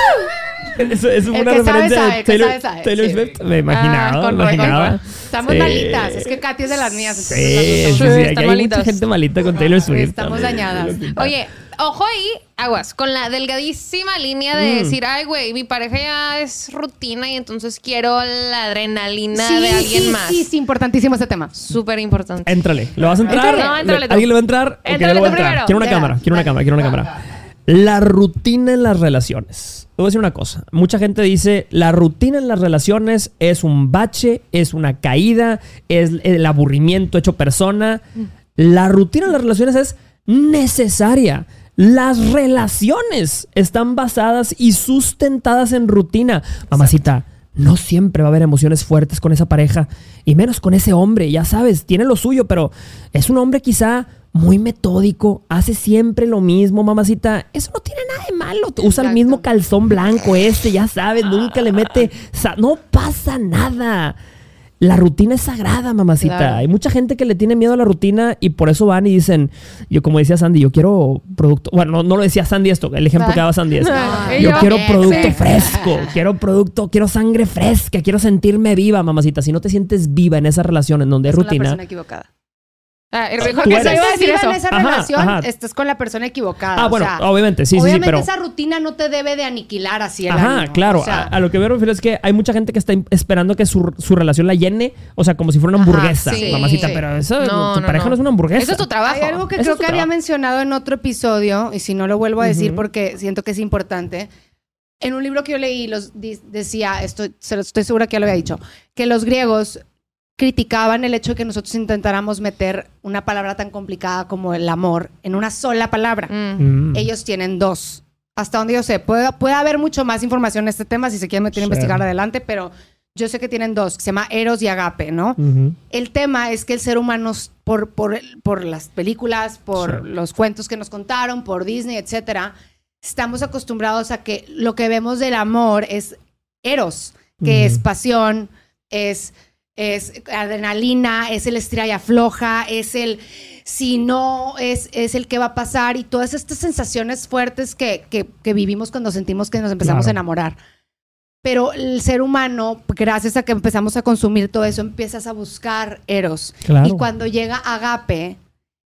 Eso, eso fue El una que sabe, referencia sabe, de el que Taylor, sabe, sabe. Taylor Sí. Swift. Me imaginaba, Ah, con me imaginaba. razón. Estamos Sí. malitas. Es que Katy es de las mías. Sí, entonces sí, las sí. dos Sí, Aquí están hay malitas. mucha gente malita con Taylor Swift. Estamos también. dañadas. Oye, ojo ahí, aguas, con la delgadísima línea de Mm. decir, ay, güey, mi pareja ya es rutina y entonces quiero la adrenalina Sí, de alguien sí, más. sí, sí, importantísimo ese tema. Súper importante. Éntrale. ¿Lo vas a entrar? Éntrale. No, éntrale ¿Le- tú. ¿Alguien le va a entrar? Ok, Éntrale yo le voy a tú entrar. primero. Quiero una Ya. cámara, quiero una Dale. cámara, quiero una Va, cámara. La rutina en las relaciones. Te voy a decir una cosa. Mucha gente dice, la rutina en las relaciones es un bache, es una caída, es el aburrimiento hecho persona. La rutina en las relaciones es necesaria. Las relaciones están basadas y sustentadas en rutina. Mamacita, no siempre va a haber emociones fuertes con esa pareja y menos con ese hombre. Ya sabes, tiene lo suyo, pero es un hombre quizá muy metódico, hace siempre lo mismo, mamacita. Eso no tiene nada de malo. Usa Exacto. el mismo calzón blanco este, ya sabes, nunca le mete... sa- No pasa nada. La rutina es sagrada, mamacita. Claro. Hay mucha gente que le tiene miedo a la rutina y por eso van y dicen, yo como decía Sandy, yo quiero producto... Bueno, no, no lo decía Sandy esto, el ejemplo que daba Sandy es, Ay, yo yo quiero bien, producto sí. fresco, quiero producto, quiero sangre fresca, quiero sentirme viva, mamacita. Si no te sientes viva en esa relación en donde hay Es con la rutina... persona equivocada. Ah, y Tú Jorge, eres. se iba a decir Estás eso. viva en esa Ajá, relación, ajá. estás con la persona equivocada. Ah, o bueno, sea, obviamente, sí, sí, sí, obviamente pero... esa rutina no te debe de aniquilar así el Ajá, ánimo. claro. O sea, a, a lo que me refiero es que hay mucha gente que está im- esperando que su, su relación la llene, o sea, como si fuera una Ajá, hamburguesa, sí. mamacita. Sí. Pero eso, No, tu no, pareja no. no. es una hamburguesa. Eso es tu trabajo. hay algo que Ese creo es tu que había trabajo. mencionado en otro episodio, y si no lo vuelvo a decir Ujú. porque siento que es importante. En un libro que yo leí los, di- decía, estoy, se lo- estoy segura que ya lo había dicho, que los griegos criticaban el hecho de que nosotros intentáramos meter una palabra tan complicada como el amor en una sola palabra. Mm. Mm. Ellos tienen dos. Hasta donde yo sé, puede, puede haber mucho más información en este tema, si se quieren meter a Sí. investigar adelante, pero yo sé que tienen dos, que se llama Eros y Agape, ¿no? Ujú. El tema es que el ser humano, por, por, por las películas, por Sí. los cuentos que nos contaron, por Disney, etcétera, estamos acostumbrados a que lo que vemos del amor es Eros, que Ujú. es pasión, es, es adrenalina, es el estira y afloja, es el si no, es, es el que va a pasar y todas estas sensaciones fuertes que, que, que vivimos cuando sentimos que nos empezamos Claro. a enamorar. Pero el ser humano, gracias a que empezamos a consumir todo eso, empiezas a buscar Eros. Claro. Y cuando llega Agape,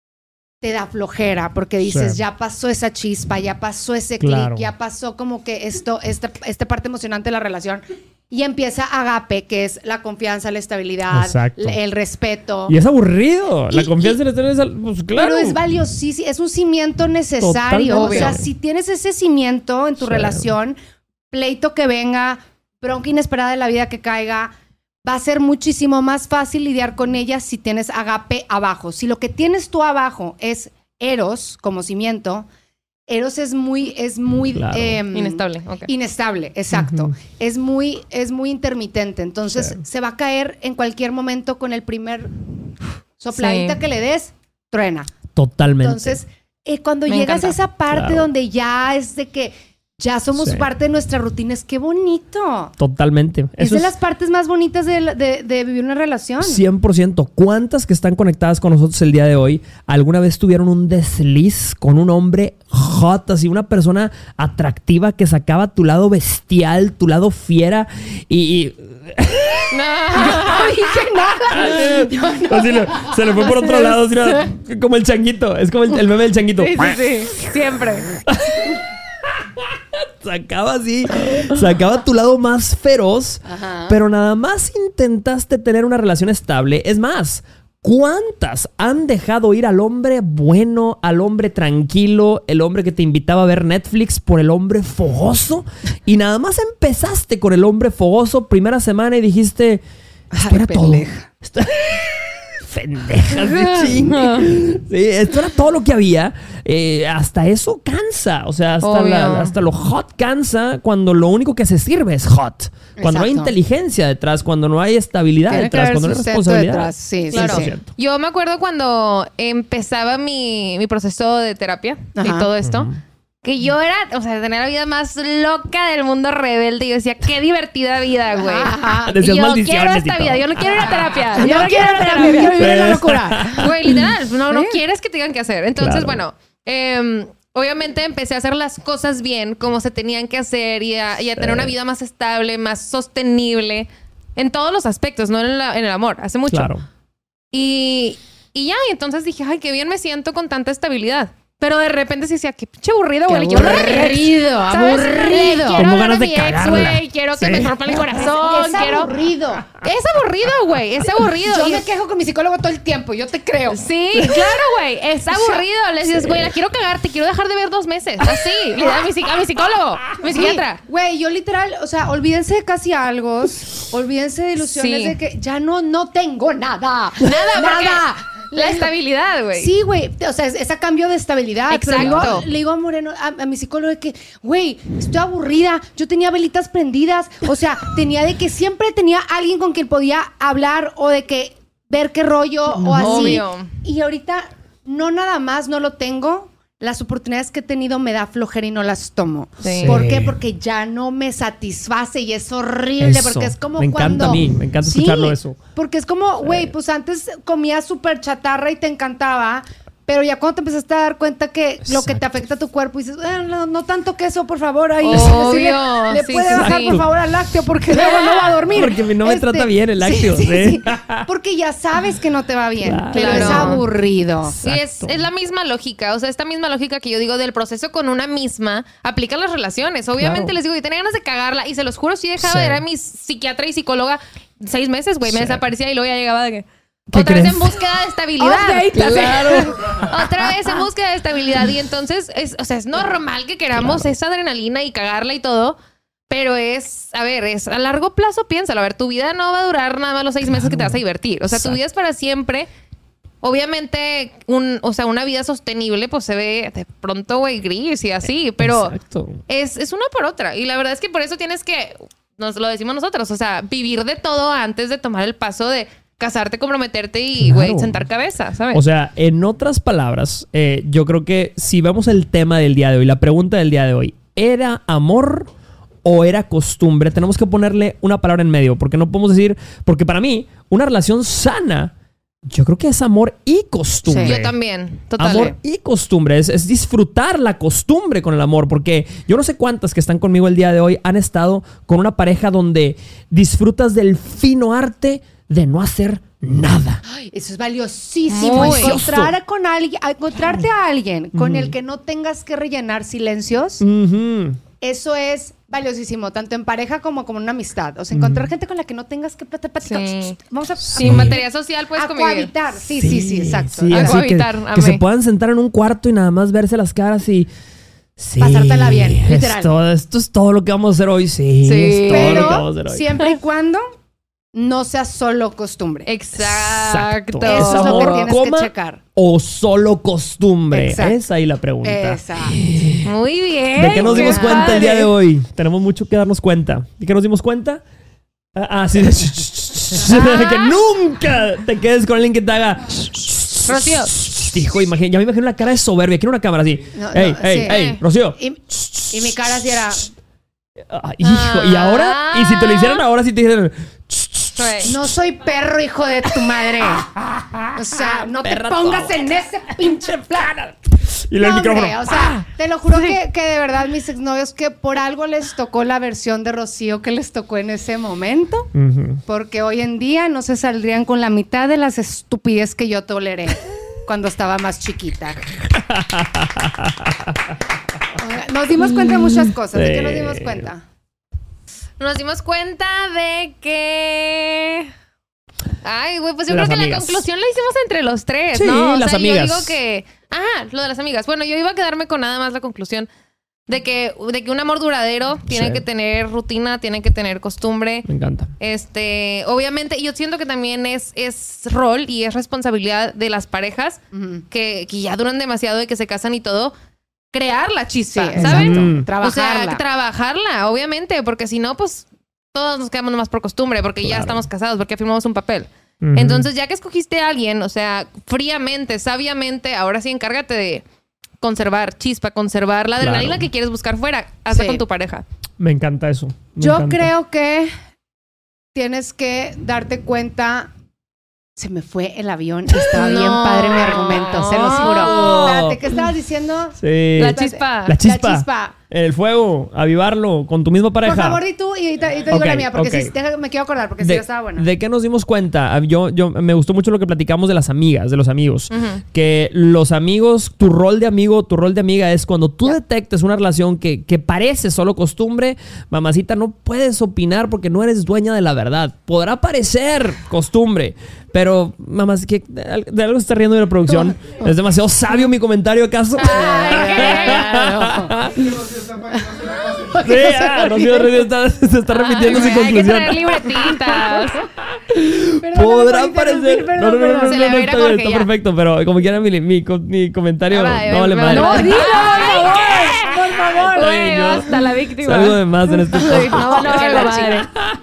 te da flojera porque dices, Sí. ya pasó esa chispa, ya pasó ese Claro. clic, ya pasó como que esto, esta, esta parte emocionante de la relación. Y empieza Agape, que es la confianza, la estabilidad, Exacto. l- el respeto. Y es aburrido. La Y- confianza y- en la historia es... al- Pues claro. Pero es valiosísimo, es un cimiento necesario. Totalmente. O sea, si tienes ese cimiento en tu Sí. relación, pleito que venga, bronca inesperada de la vida que caiga, va a ser muchísimo más fácil lidiar con ella si tienes Agape abajo. Si lo que tienes tú abajo es Eros como cimiento, Eros es muy, es muy Claro. em, Inestable, ok. Inestable, exacto. Ujú. Es muy, es muy intermitente. Entonces Sí. se va a caer en cualquier momento con el primer sopladita Sí. que le des, truena. Totalmente. Entonces, eh, cuando Me llegas encanta. a esa parte Claro. donde ya es de que ya somos Sí. parte de nuestra rutina, es que bonito. Totalmente. Es Eso de es las partes más bonitas de, la- de- de vivir una relación. cien por ciento. ¿Cuántas que están conectadas con nosotros el día de hoy alguna vez tuvieron un desliz con un hombre hot, así una persona atractiva que sacaba tu lado bestial, tu lado fiera y... y- No dije nada. Yo no. así le- se le fue por otro lado, así era como el changuito. Es como el, el meme del changuito. Sí, sí, sí. Siempre. Sacaba así, sacaba tu lado más feroz, Ajá. pero nada más intentaste tener una relación estable. Es más, ¿Cuántas han dejado ir al hombre bueno, al hombre tranquilo, el hombre que te invitaba a ver Netflix por el hombre fogoso? Y nada más empezaste con el hombre fogoso primera semana y dijiste, esto Ay, era todo. pendeja. Esto... Pendejas de chingue. Sí, esto era todo lo que había. Eh, hasta eso cansa. O sea, hasta, la, hasta lo hot cansa cuando lo único que se sirve es hot. Cuando no hay inteligencia detrás, cuando no hay estabilidad Tiene detrás, cuando no hay responsabilidad. Detrás. Sí, claro. sí, sí. Yo me acuerdo cuando empezaba mi, mi proceso de terapia Ajá. y todo esto. Uh-huh. Que yo era, o sea, tenía la vida más loca del mundo rebelde. Y yo decía, qué divertida vida, güey. Yo quiero esta vida, yo no quiero ir a terapia. Yo no, no quiero ir a terapia, quiero vivir en la locura. Güey, literal, no, no quieres que te digan qué hacer. Entonces, claro. bueno, eh, obviamente empecé a hacer las cosas bien, como se tenían que hacer y a, y a tener una vida más estable, más sostenible. En todos los aspectos, no en, la, en el amor. Hace mucho. Claro. Y, y ya, y entonces dije, ay, qué bien me siento con tanta estabilidad. Pero de repente se decía, qué pinche aburrido, güey. Quiero aburrido, aburrido. Quiero hablar a mi ex, güey. Quiero que sí. me rompa el corazón. Es, es quiero... aburrido. Es aburrido, güey. Es aburrido. Yo y... me quejo con mi psicólogo todo el tiempo. Yo te creo. Sí, claro, güey. Es aburrido. Le dices, güey, sí. la quiero cagar. Te quiero dejar de ver dos meses. Así. Le da a mi, a mi psicólogo. A mi sí. psiquiatra. Güey, yo literal, o sea, olvídense de casi algo. Olvídense de ilusiones sí. de que ya no, no tengo nada. Nada, nada. La estabilidad, güey. Sí, güey. O sea, es, es a cambio de estabilidad. Exacto. Pero luego, le digo a Moreno, a, a mi psicólogo, de que, güey, estoy aburrida. Yo tenía velitas prendidas. O sea, tenía de que siempre tenía alguien con quien podía hablar o de que ver qué rollo no, o así. Obvio. Y ahorita, no nada más no lo tengo. Las oportunidades que he tenido me da flojera y no las tomo. Sí. ¿Por qué? Porque ya no me satisface y es horrible. Eso. Porque es como me cuando... Me encanta a mí, me encanta sí, escucharlo eso. Porque es como, güey, sí. pues antes comías súper chatarra y te encantaba... Pero ya cuando te empezaste a dar cuenta que Exacto. lo que te afecta a tu cuerpo, y dices, eh, no, no tanto queso, por favor, ahí Obvio. Sí, le, le sí, puede sí, bajar, sí. por favor, al lácteo, porque luego no va a dormir. Porque no me este, trata bien el lácteo. Sí, sí, ¿sí? sí. Porque ya sabes que no te va bien, claro. pero es aburrido. Sí, es, es la misma lógica. O sea, esta misma lógica que yo digo del proceso con una misma, aplica en las relaciones. Obviamente claro. les digo, yo tenía ganas de cagarla y se los juro, sí dejaba sí. de ir a mi psiquiatra y psicóloga seis meses, güey. Sí. Me desaparecía y luego ya llegaba de que... Otra crees? vez en búsqueda de estabilidad. Okay, claro. Otra vez en búsqueda de estabilidad. Y entonces, es, o sea, es normal que queramos claro. esa adrenalina y cagarla y todo. Pero es, a ver, es a largo plazo, piénsalo. A ver, tu vida no va a durar nada más los seis meses claro. que te vas a divertir. O sea, Exacto. tu vida es para siempre. Obviamente, un, o sea, una vida sostenible, pues se ve de pronto, güey, gris y así. Pero es, es una por otra. Y la verdad es que por eso tienes que, nos lo decimos nosotros, o sea, vivir de todo antes de tomar el paso de casarte, comprometerte y, güey, claro. sentar cabeza, ¿sabes? O sea, en otras palabras, eh, yo creo que si vemos el tema del día de hoy, la pregunta del día de hoy, ¿era amor o era costumbre? Tenemos que ponerle una palabra en medio, porque no podemos decir, porque para mí, una relación sana, yo creo que es amor y costumbre. Sí. Yo también, total. Amor y costumbre, es, es disfrutar la costumbre con el amor, porque yo no sé cuántas que están conmigo el día de hoy han estado con una pareja donde disfrutas del fino arte de no hacer nada. Ay, eso es valiosísimo. Muy Encontrar con alguien, encontrarte a alguien con uh-huh. el que no tengas que rellenar silencios. Uh-huh. Eso es valiosísimo, tanto en pareja como como en una amistad. O sea, encontrar uh-huh. gente con la que no tengas que platicar. Sí. Vamos a Sin sí. materia social puedes convivir. Cohabitar. Sí, sí, sí, sí, exacto. Sí, a cohabitar. Que, que se puedan sentar en un cuarto y nada más verse las caras y sí, pasártela bien, literal. Esto, esto es todo lo que vamos a hacer hoy. Sí, sí. es todo Pero lo que vamos a hacer hoy. Siempre y cuando no sea solo costumbre. Exacto. Eso es lo que tienes que checar. O solo costumbre. Exacto. Esa ahí la pregunta. Exacto. Muy bien. ¿De qué nos dimos qué cuenta padre. el día de hoy? Tenemos mucho que darnos cuenta. ¿De qué nos dimos cuenta? Ah, ah sí. Ah. Que nunca te quedes con alguien que te haga... Rocío. Hijo, imagina, ya me imagino la cara de soberbia. Quiero una cámara así. No, ey, no, ey, sí. ey, Rocío. Y, y mi cara así era... Ah, hijo, ah. ¿y ahora? ¿Y si te lo hicieran ahora si te dijeran... No soy perro, hijo de tu madre. O sea, no te pongas en ese pinche plan. Y no, el micrófono. Hombre, o sea, te lo juro que, que de verdad mis exnovios que por algo les tocó la versión de Rocío que les tocó en ese momento. Uh-huh. Porque hoy en día no se saldrían con la mitad de las estupidez que yo toleré cuando estaba más chiquita. Nos dimos cuenta de muchas cosas. ¿De qué nos dimos cuenta? Nos dimos cuenta de que... Ay, güey, pues yo Las creo que amigas. la conclusión la hicimos entre los tres, Sí, ¿no? O las sea, amigas. yo digo que... Ajá, lo de las amigas. Bueno, yo iba a quedarme con nada más la conclusión de que, de que un amor duradero tiene Sí. que tener rutina, tiene que tener costumbre. Me encanta. Este, obviamente, yo siento que también es, es rol y es responsabilidad de las parejas Ujú. que, que ya duran demasiado y que se casan y todo, crear la chispa, Sí, ¿saben? exacto. Mm. Trabajarla. O sea, trabajarla, obviamente, porque si no, pues todos nos quedamos nomás por costumbre, porque ya Claro. estamos casados, porque firmamos un papel. Ujú. Entonces, ya que escogiste a alguien, o sea, fríamente, sabiamente, ahora sí encárgate de conservar chispa, conservar la adrenalina Claro. que quieres buscar fuera, hazla Sí. con tu pareja. Me encanta eso. Me Yo encanta. creo que tienes que darte cuenta. Se me fue el avión. Estaba bien No. padre mi argumento, se los juro. Espérate, ¿qué estabas diciendo? Sí. La Espérate. chispa. La chispa. La chispa. El fuego, avivarlo con tu misma pareja. Por favor, di tú y te, y te digo Ok, la mía, porque ok. sí, deja- me quiero acordar, porque sí, de, estaba buena. ¿De qué nos dimos cuenta? Ah, Yo, yo me gustó mucho lo que platicamos de las amigas, de los amigos. Ujú. Que los amigos, tu rol de amigo, tu rol de amiga es cuando tú detectes una relación que, que parece solo costumbre, mamacita, no puedes opinar porque no eres dueña de la verdad. Podrá parecer costumbre, pero, mamás, que de, de algo se está riendo de la producción. ¿Es demasiado sabio mi comentario, acaso? Sí, ah, Rocío Rocío está, se está repitiendo su Ay, hay que conclusión. traer libretitas. Perdóname Podrá por parecer. interrumpir, No, perdón, no, no, no, perdón. no, Se le no, va a ir a está bien, Jorge está ya. perfecto, pero como quiera mi, mi, mi comentario Ah, va, no vale me- madre. me- No, dilo, por favor, por favor. Güey, yo- hasta la víctima. Salgo de más en este Ay, podcast. no, no, Que no, la madre.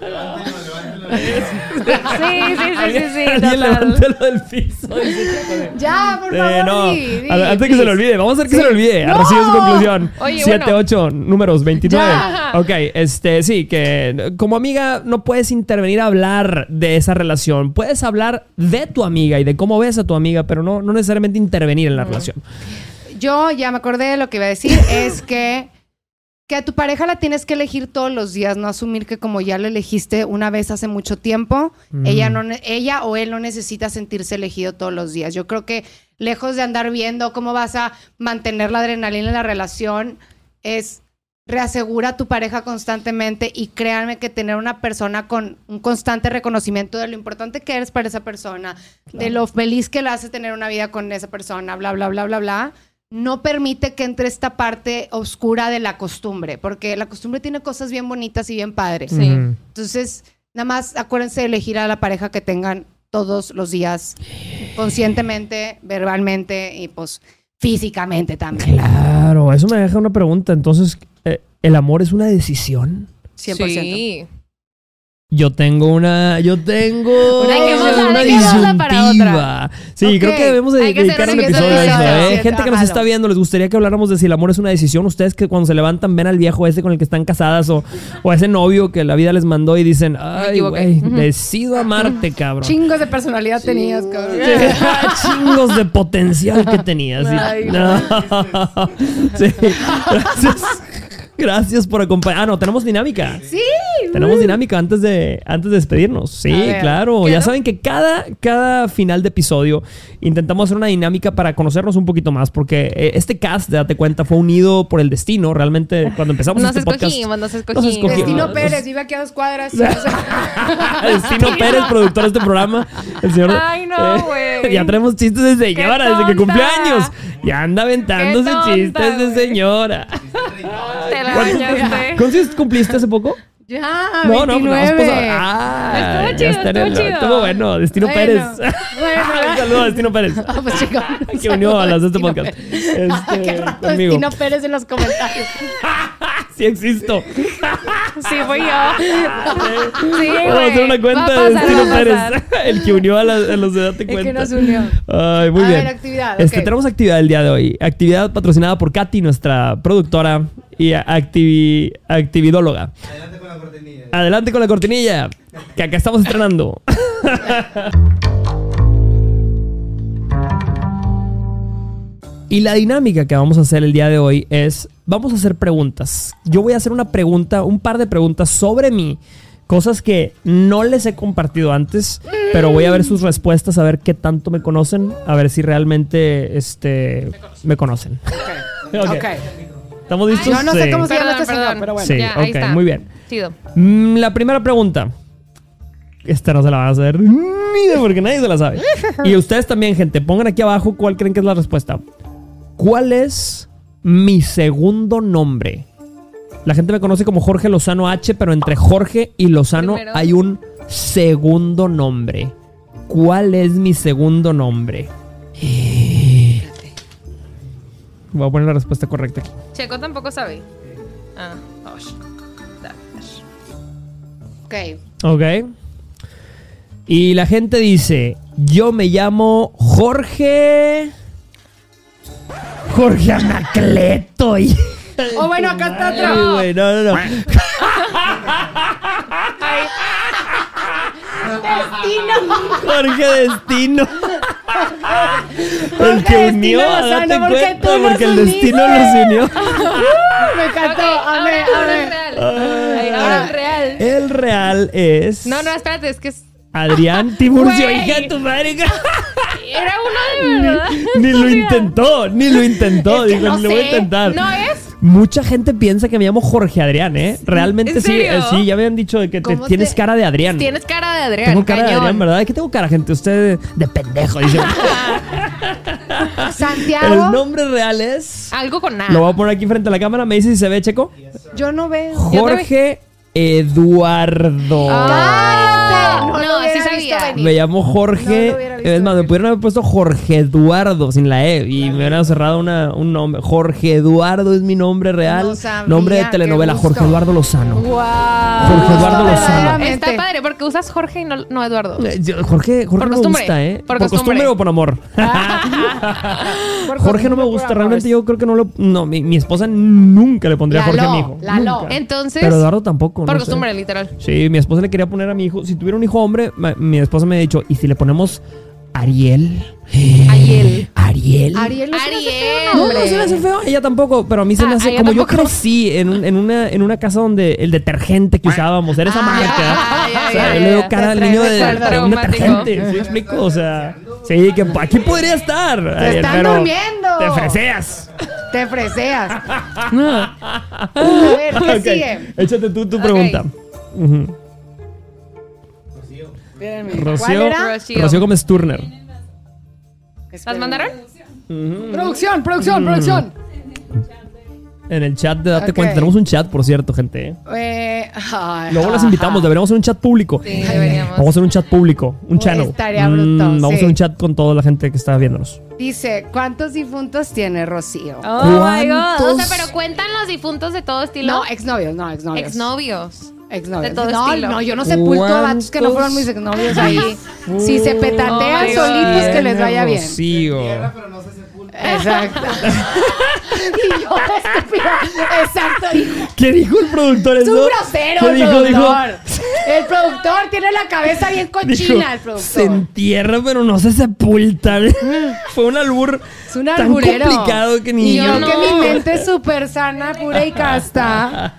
Sí, sí, sí, sí, sí, Alguien total. levántelo del piso. Dice, Ya, por eh, favor, no, di, di, a- antes de que se le please. olvide, vamos a hacer que Sí. se le olvide. ¡No! Recibe su conclusión. Oye, siete, bueno. ocho, números veintinueve. Ya. Ok, este, sí, que como amiga no puedes intervenir a hablar de esa relación. Puedes hablar de tu amiga y de cómo ves a tu amiga, pero no, no necesariamente intervenir en la relación. Yo ya me acordé de lo que iba a decir, es que, que a tu pareja la tienes que elegir todos los días, no asumir que como ya lo elegiste una vez hace mucho tiempo, Mm. ella, no, ne- ella o él no necesita sentirse elegido todos los días. Yo creo que lejos de andar viendo cómo vas a mantener la adrenalina en la relación, es reasegura a tu pareja constantemente y créanme que tener una persona con un constante reconocimiento de lo importante que eres para esa persona, de lo feliz que le hace tener una vida con esa persona, bla, bla, bla, bla, bla, no permite que entre esta parte oscura de la costumbre, porque la costumbre tiene cosas bien bonitas y bien padres. Sí. Ujú. Entonces, nada más acuérdense de elegir a la pareja que tengan todos los días, conscientemente, verbalmente y pues físicamente también. Claro, eso me deja una pregunta. Entonces, eh, ¿el amor es una decisión? cien por ciento. Sí. Yo tengo una, yo tengo Dejémosla, una dejémosla para disyuntiva. Sí, Ok, creo que debemos de hay que hacer dedicar un un episodio a eso. episodio, ¿eh? sí, Gente que nos trabajarlo. está viendo, les gustaría que habláramos de si el amor es una decisión. Ustedes que cuando se levantan ven al viejo ese con el que están casadas o, o a ese novio que la vida les mandó y dicen, ay, equivoqué". güey, decido amarte, cabrón. Chingos de personalidad tenías, cabrón. Chingos de potencial que tenías. Sí. Ay, No. Sí. Gracias. Gracias por acompañar. Ah, no, tenemos dinámica. Sí. Tenemos dinámica antes de, antes de despedirnos. Sí, A ver, claro. ¿qué Ya no? saben que cada, cada final de episodio intentamos hacer una dinámica para conocernos un poquito más. Porque eh, este cast, date cuenta, fue unido por el destino. Realmente, cuando empezamos Nos este podcast... escogimos, nos escogimos. escogimos. Destino Nos- Pérez, vive aquí a dos cuadras. Destino Pérez, productor de este programa. El señor... Ay, no, güey. ya tenemos chistes de señora Qué desde que tonta. cumple años. Ya anda aventándose Qué tonta, chistes de güey. señora. Te la ¿Cuántos- bañaste. ¿Cuántos años cumpliste hace poco? Ya, No, no, veintinueve. no, pues, ah, Estuvo ya chido, está en estuvo el- chido. Estuvo bueno, Destino Bueno, Pérez. bueno. Un saludo a Destino Pérez. Ah, pues chico. Que unió a las de este Destino podcast. Pérez. Este, Qué rato conmigo. Destino Pérez en los comentarios. Sí existo. Sí, fui yo. Sí, güey. Vamos a hacer una cuenta Va a de pasar, Destino va a Pérez. pasar. El que unió a, la- a los de Date El Cuenta. que nos unió. Ay, muy A bien. ver, actividad, Este, ok. Tenemos actividad el día de hoy. Actividad patrocinada por Katy, nuestra productora y activi, actividóloga. Adelante con la cortinilla. Adelante con la cortinilla, que acá estamos estrenando. Y la dinámica que vamos a hacer el día de hoy es, vamos a hacer preguntas. Yo voy a hacer una pregunta, un par de preguntas sobre mí, cosas que no les he compartido antes, pero voy a ver sus respuestas, a ver qué tanto me conocen, a ver si realmente este, me conocen. Ok. Ok. Ok. ¿Estamos listos? Yo no sé Sí. cómo se llama Perdón, este señor, perdón. pero bueno. Sí, Ya, ahí ok, está. muy bien. Chido. Mm, La primera pregunta. esta no se la van a saber ni de porque nadie se la sabe. Y ustedes también, gente, pongan aquí abajo cuál creen que es la respuesta. ¿Cuál es mi segundo nombre? La gente me conoce como Jorge Lozano H, pero entre Jorge y Lozano Primero. hay un segundo nombre. ¿Cuál es mi segundo nombre? Voy a poner la respuesta correcta aquí. Checo tampoco sabe. Ah, oh, Ok. Ok. Y la gente dice, yo me llamo Jorge... Jorge Anacleto. Y... Oh, bueno, acá está Ay, otro. güey, no, no, no. Destino. Jorge Destino. El que Jorge unió, Destino date Lozano, porque cuenta, tú nos porque el uniste. destino los unió. Me encantó. Ok, a ahora, ver, a ahora ver. es real. Ay, ahora es real. El real es... No, no, espérate, es que es- Adrián Tiburcio, Güey. hija de tu madre. era uno de verdad. Ni lo intentó, ni lo intentó. Es que Dijo, no ni lo voy a sé. intentar. No es. Mucha gente piensa que me llamo Jorge Adrián, ¿eh? Realmente ¿En sí, serio? eh, sí, ya me habían dicho de que te- ¿Cómo tienes te- cara de Adrián. Tienes cara de Adrián. Tengo cara de cañón. Adrián, ¿verdad? ¿De qué tengo cara, gente? Usted de pendejo, dice. Santiago. El nombre real es... Algo con nada. Lo voy a poner aquí frente a la cámara. ¿Me dice si se ve, Checo? Yo no veo. Jorge Eduardo. Ah, No no, lo hubiera sí visto sabía. venir. Me llamo No Jorge. lo hubiera visto es más, me venir. pudieron haber puesto Jorge Eduardo sin la E. Y me hubieran cerrado una, un nombre. Jorge Eduardo es mi nombre real. No sabía, nombre de qué telenovela. gusto. Jorge Eduardo Lozano. Wow. Jorge Eduardo Lozano. Verdaderamente. Está padre porque usas Jorge y no, no Eduardo. Eh, yo- Jorge, Jorge Por no me costumbre. gusta, ¿eh? Por ¿Por costumbre costumbre. o por amor? Por Jorge no me costumbre, gusta. por Realmente amor. yo creo que no lo... No, mi, mi esposa nunca le pondría Jorge a mi hijo. Lalo. Nunca. Entonces. Pero Eduardo tampoco. Por no sé. costumbre, literal. Sí, mi esposa le quería poner a mi hijo. Si tuviera un hijo hombre, ma- mi esposa me ha dicho, ¿y si le ponemos Ariel? Ariel. Ariel. Ariel no se me hace Ariel. feo No, nombre. no se me hace feo. Ella tampoco, pero a mí se me Ah, hace. a ella Como yo tampoco. crecí en, un- en, una, en una casa donde el detergente que usábamos era esa Ah, marca. ya, ya, O sea, ya, yo le doy ya. cara al Te niño trae de, recuerdos. de un Traumático. detergente. ¿Sí me explico? O sea, sí, que aquí podría estar. Ariel, están pero durmiendo. Te freseas. Te freseas. A ver, ¿qué Ok, sigue? échate tú tu Ok. pregunta. Ujú. Espérenme. Rocío, ¿Cuál era? Rocío. Rocío Gómez Turner. ¿Las Espérenme. mandaron? Producción, producción, producción. En el chat de Date Ok. Cuenta. Tenemos un chat, por cierto, gente. ¿eh? Eh, ay, Luego las ajá. invitamos. Deberíamos hacer un chat público. Sí, deberíamos. Vamos a hacer un chat público. Un Oh, channel. estaría bruto, vamos a sí. hacer un chat con toda la gente que está viéndonos. Dice, ¿cuántos difuntos tiene Rocío? Oh my God. O ¿Cuántos? sea, pero cuentan los difuntos de todo estilo. No, exnovios, no, exnovios. Exnovios. Exnovios. de todo no, estilo. no, yo no sepulto a vatos que no fueron mis exnovios ahí. Si se petatean Oh my God. solitos, que les vaya bien. Rocío. Exacto. Y yo, estúpida. Exacto, dijo. ¿Qué dijo el productor? Es un eso? grosero ¿Qué el dijo? productor. El productor tiene la cabeza bien Dijo, cochina, el se productor. entierra, pero no se sepulta. Fue un albur Es un tan alburero. complicado que ni Y yo no. que mi mente es súper sana, pura y casta.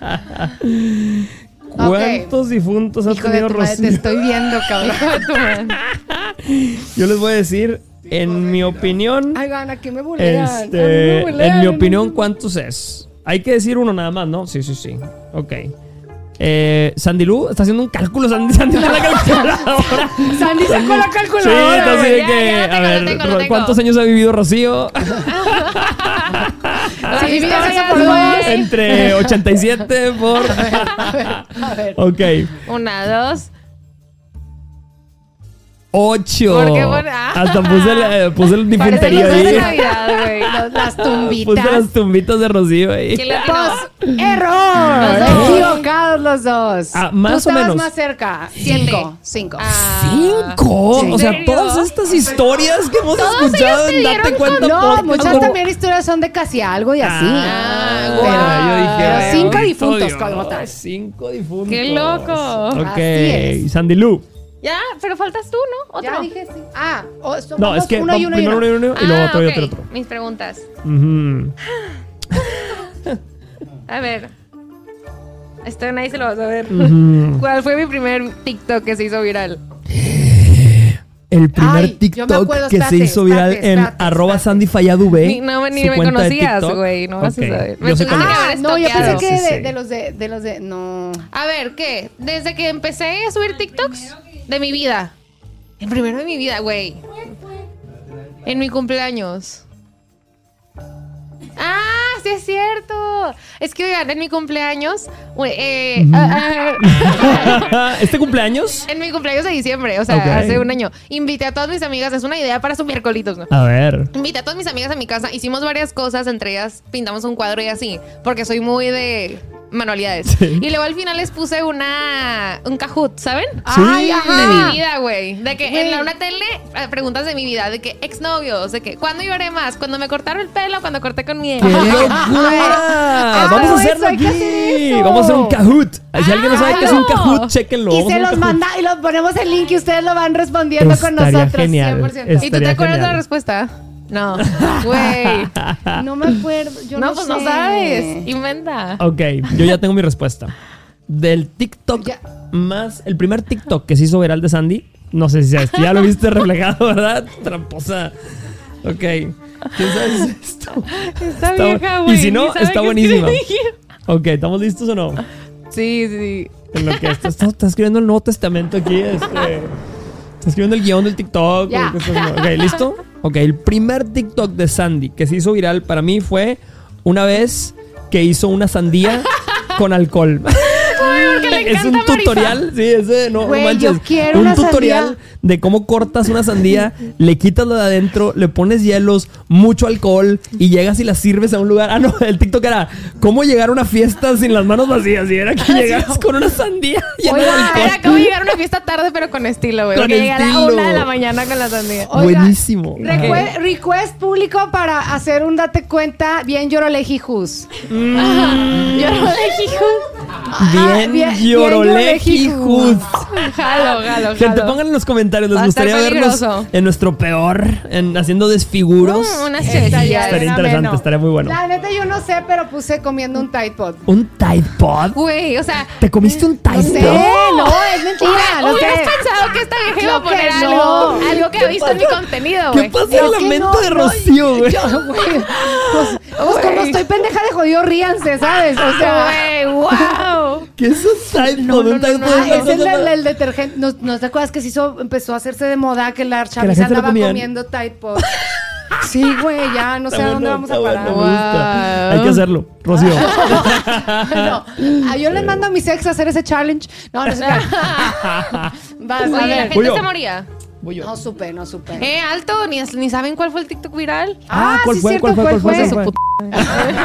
¿Cuántos difuntos ha Hijo de tenido tu madre, te Rocío? estoy viendo, cabrón. Yo les voy a decir, en mi opinión, Ay, van, aquí me bulean. este, a mí me bulean. en mi opinión, ¿cuántos es? Hay que decir uno nada más, ¿no? Sí, sí, sí. Ok. Eh, Sandy Lu está haciendo un cálculo. Sandy, Sandy está en la calculadora. Sandy sacó la Sí, calculadora. está así güey. de Ya, que, ya lo a tengo, lo ver, tengo, lo Ro- tengo. ¿cuántos años ha vivido Rocío? Sí, Las mira, historias, por dos. güey. Entre ochenta y siete por... A ver. Ok. Una, dos. Ocho. ¿Por qué pon- ah? Hasta puse el, eh, puse el Parece difunterío luces de ahí. Navidad, güey. Los- Las Puse tumbitas. las tumbitas de Rocío ahí. ¿Quién le atinó? Pues, error. Los dos. Equivocados los dos. Ah, más Tú o estabas menos. más cerca. Siete. Cinco. Cinco. Ah. ¿Cinco? Sí. O sea, ¿En serio? todas estas historias que hemos Todos escuchado ellos te en Date dieron Cuenta con- No, Podcast. muchas Como- también historias son de casi algo y así. Ah, Pero- guau. Yo dije, pero ay, cinco Dios, difuntos, Dios, Calmotas. Cinco difuntos. ¡Qué loco! Ok, Así es. Sandy Lu. Ya, pero faltas tú, ¿no? Otro. Ya dije sí. Ah, o, so- No, vamos es que uno y vamos uno y primero uno. uno y uno y luego Ah, otro y ok. otro y otro. Mis preguntas. Ujú. A ver. Esto nadie se lo va a saber. Ujú. ¿Cuál fue mi primer TikTok que se hizo viral? El primer Ay, yo me TikTok acuerdo, que se espérate, hizo viral espérate, en espérate, arroba espérate. Sandy Falladu B. Ni- no, ni su me cuenta de conocías, TikTok. güey, no vas a Ok. saber. Me Yo sé tuviste cuál que es. haber Ah, no, yo pensé estoqueado. que Sí, de, sí. de los de, de los de, no. A ver, ¿qué? Desde que empecé a subir TikToks, de mi vida. El primero de mi vida, güey. En mi cumpleaños. Ah, sí es cierto. Es que, oigan, en mi cumpleaños... güey, eh, Mm. ah, ah, ¿Este cumpleaños? en mi cumpleaños de diciembre, o sea, Ok. hace un año. Invité a todas mis amigas, es una idea para su miércolitos, ¿no? A ver. Invité a todas mis amigas a mi casa, hicimos varias cosas, entre ellas pintamos un cuadro y así, porque soy muy de manualidades. Sí. Y luego al final les puse una un Kahoot, ¿saben? Sí. ajá. De mi vida, güey. De que Güey. en la, una tele, eh, preguntas de mi vida, de que exnovios, de que ¿cuándo lloré más? ¿Cuando me cortaron el pelo o cuando corté con mi ex? ¡Qué locura! Vamos a eso, hacerlo hay que aquí. hacer eso. Vamos a hacer un Kahoot. Si alguien no sabe Ah, qué es un no. Kahoot, chéquenlo. Y Vamos a se hacer un los Kahoot. manda y los ponemos el link y ustedes lo van respondiendo con Estaría nosotros. genial. cien por ciento. ¿Y tú te Estaría acuerdas de la genial. respuesta? No. Güey. No me acuerdo. Yo no, No, pues sé. no sabes. Inventa. Ok, yo ya tengo mi respuesta. Del TikTok Ya. más... El primer TikTok que se hizo viral de Sandy, no sé si sea este, ya lo viste reflejado, ¿verdad? Tramposa. Ok. ¿Quién sabe si es esto? Está Está- vieja, y güey. si no, ni sabe está qué buenísima. escribir. Ok, ¿estamos listos o no? Sí, sí. En lo que está, está, está escribiendo el Nuevo Testamento aquí. Este, está escribiendo el guión del TikTok. Ya. ¿Qué está haciendo? Ok, ¿listo? Ok, el primer TikTok de Sandy que se hizo viral para mí fue una vez que hizo una sandía con alcohol. porque le Es un encanta Marisa. tutorial, sí, ese, no, no Güey, manches. yo quiero un una tutorial sandía. de cómo cortas una sandía, le quitas lo de adentro, le pones hielos, mucho alcohol y llegas y la sirves a un lugar. Ah, no, el TikTok era cómo llegar a una fiesta sin las manos vacías. Y era que llegas con una sandía llena de Oiga, alcohol. Era como llegar a una fiesta tarde, pero con estilo, güey. Con Que llegué a la estilo. una de la mañana con la sandía. Oiga, Buenísimo. Recue- request público para hacer un date cuenta bien llorolejijus. Yo no le dije. Bien, bien- llorolejijus. Jalo, jalo, jalo. Gente, pongan en los comentarios, ¿les Va a estar gustaría vernos peligroso. en nuestro peor, en haciendo desfiguros? Mm, unas Estaría chevesillas. Estaría bien interesante, ameno. estaría muy bueno. La neta yo no sé, pero puse comiendo un Tide Pod. ¿Un Tide Pod? Güey, o sea, ¿Te comiste un Tide No sé, Pod? no, es mentira. hubiera- No hubieras sé. pensado que esta vieja iba a Claro que poner no. algo, algo que ha visto en mi contenido, ¿Qué güey. pasa Creo en la que mente no, de no, Rocío, güey? Yo, güey. Pues, pues como estoy pendeja de jodido, ríanse, ¿sabes? O sea, Güey, wow. ¿Qué es un Tide No, Pod? no, Un Tide no, Pod no, es ah, es una el, cosa- del- el detergente. ¿No, ¿No te acuerdas que se hizo, empezó a hacerse de moda que la la chaviza gente lo andaba comían. comiendo Tide Pod? Sí, güey, ya no sé Está a dónde bueno, vamos a está parar. bueno, me gusta. Hay que hacerlo, Rocío. No, ah, yo les mando a mis ex a hacer ese challenge. No, no sé. Vas, a Oye, la ver. gente Voy yo. se moría. Voy yo. No supe, no supe. Eh, alto, ni, ni saben cuál fue el TikTok viral. Ah, ¿cuál sí, fue? cierto, ¿Cuál fue? ¿Cuál fue? Su ¿Cuál fue? puta-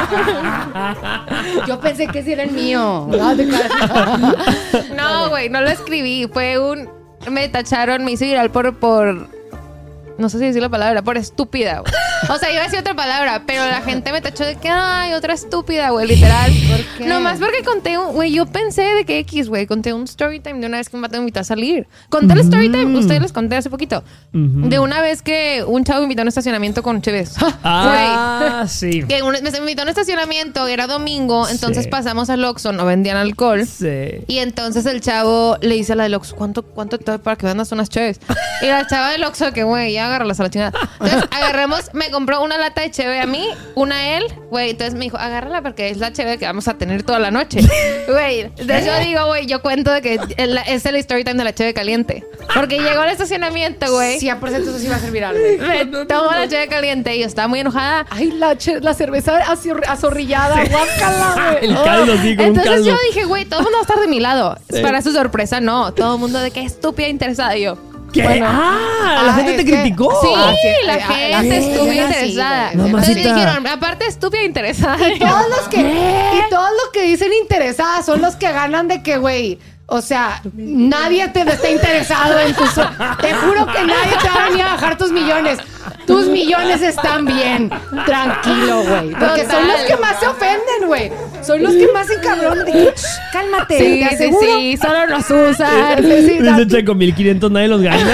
Yo pensé que ese era el mío. No, te creas. No, güey, no lo escribí. Fue un. Me tacharon, me hice viral por. por no sé si decir la palabra, por estúpida, güey. O sea, iba a decir otra palabra, pero la gente me tachó de que, ay, otra estúpida, güey, literal. ¿Por qué? Nomás porque conté un, güey, yo pensé de que X, güey, conté un story time de una vez que me invitó a salir. Conté el story time, ustedes les conté hace poquito. Ujú. De una vez que un chavo me invitó a un estacionamiento con Cheves. Ah, sí. Que un- me invitó a un estacionamiento, era domingo, entonces Sí. pasamos al Oxxo, no vendían alcohol. Sí. Y entonces el chavo le dice a la del Oxxo, ¿cuánto, cuánto te doy para que vendas unas cheves? Y la chava del Oxxo, que güey, ya agárralas a la chingada. Entonces agarremos, me compró una lata de cheve a mí, una a él, güey. Entonces me dijo, agárrala porque es la cheve que vamos a tener toda la noche. Güey, entonces yo digo, güey, yo cuento de que el- es el story time de la cheve caliente. Porque llegó al estacionamiento, güey. cien por ciento eso sí va a servir algo. güey. Me tomó la cheve caliente y yo estaba muy enojada. Ay, la, che- la cerveza azor- azorrillada, guácala, güey. El caldo, sí, con un Entonces caldo. yo dije, güey, todo el mundo va a estar de mi lado. Sí. Para su sorpresa, no. Todo el mundo de que estúpida interesada. Y yo, ¿Qué? Bueno. ah, la Ah, gente te es que- criticó. sí, Ah, sí, la ah, gente la gente estúpida era así, interesada. güey. Entonces Mamacita. dijeron, aparte estúpida interesada. Y yo, Todos los que, y todos los que dicen interesadas son los que ganan de que, güey, o sea, nadie te está interesado en tus... Te juro que nadie te va a venir a bajar tus millones. Tus millones están bien. Tranquilo, güey. Porque son los que más se ofenden, güey. Son los que más se encabronan de que, "Shh, cálmate, Sí, te sí, aseguro". sí, solo nos usan. Sí, sí, Dice da- Checo, mil quinientos nadie los gana.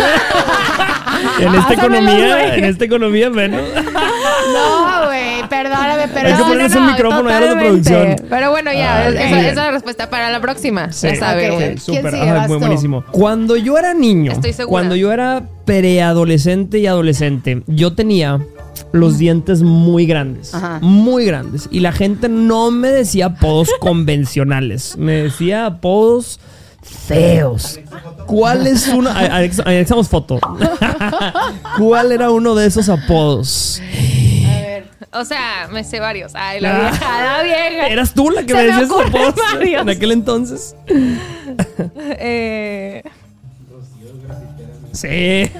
En esta Pásamelos, economía, güey. en esta economía menos. No, güey, perdóname, Hay que perdóname. ponerles un micrófono ya a los de totalmente. producción. Pero bueno, ya, Ay, esa, muy esa bien. es la respuesta para la próxima. Sí. Ya sabes, Ok, güey. ok. Súper, sigue? ajá, Vas muy tú. buenísimo. Cuando yo era niño, Estoy segura. cuando yo era preadolescente y adolescente, yo tenía los dientes muy grandes, Ajá. muy grandes. Y la gente no me decía apodos convencionales, me decía apodos feos. ¿Cuál es uno? Anex- Anexamos foto. ¿Cuál era uno de esos apodos? A ver. O sea, me sé varios. Ay, la vieja, la vieja. ¿Eras tú la que Se me me decías esos ocurren apodos varios. en aquel entonces? Eh, Sí.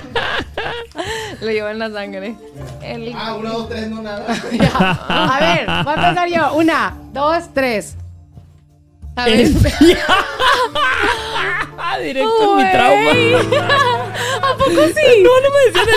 lo llevo en la sangre. El... Ah, uno, dos, tres, no nada. Ya. A ver, voy a empezar yo. Una, dos, tres. A ver. El piano. Directo en mi trauma. ¿A poco sí? No, no me decían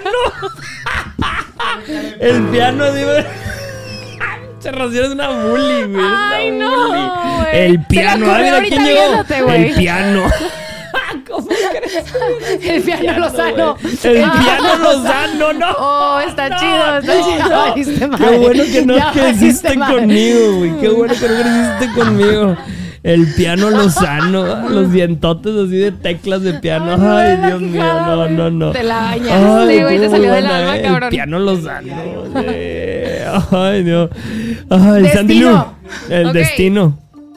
el piano. El piano, digo. Rocío, eres una bully, güey. Ay, Eres una no, bully. güey. El Se le piano. ocurrió Ah, mira ahorita quién llegó. viéndote, güey. El piano. ¿Cómo crees? El piano Lozano. güey. El piano Lozano, no. Oh, está No, chido, está no, chido. Ya valiste Qué madre. bueno que no Ya creciste valiste madre. conmigo, güey. Qué bueno que no creciste conmigo. El piano Lozano, los dientotes así de teclas de piano. Ay, me Ay, duele la Dios mío, quijada, no, güey. no, no. Te la Ay, bañaste, güey. Te estuvo salió muy del buena, alma, eh. cabrón. El piano Lozano. eh. Ay, Dios. Ay, Destino. Sandy Lu. El Ok. destino.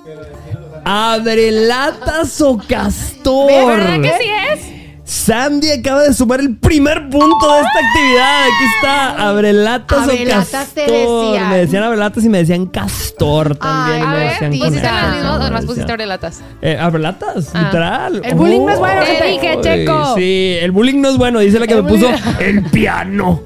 Abrelatas o Castor. ¿Verdad que sí es? Sandy acaba de sumar el primer punto de esta actividad. Aquí está, Abrelatas o Abrelatas Castor. te decían. Me decían Abrelatas y me decían Castor también. Ay, me A ver, decían tita. con ¿pusiste X, las mismas o me nomás decían. pusiste abrelatas? Eh, ¿Abrelatas? Ah. Literal. El bullying no es bueno, Te gente. dije, Uy, Checo. Sí, el bullying no es bueno. Dice la que El me puso bullying- el piano.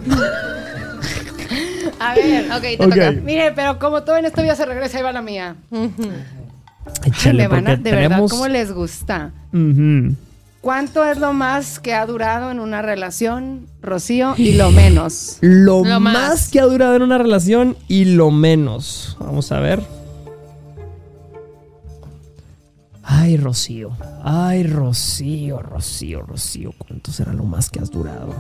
A ver. Ok, te Ok. toca. Mire, pero como todo en esta vida se regresa, ahí va la mía. Échale, Me van a- porque de verdad, tenemos- ¿cómo les gusta? Ujú. ¿Cuánto es lo más que ha durado en una relación, Rocío, y lo menos? Lo, Lo más. más. que ha durado en una relación y lo menos. Vamos a ver. Ay, Rocío. Ay, Rocío, Rocío, Rocío. ¿Cuánto será lo más que has durado?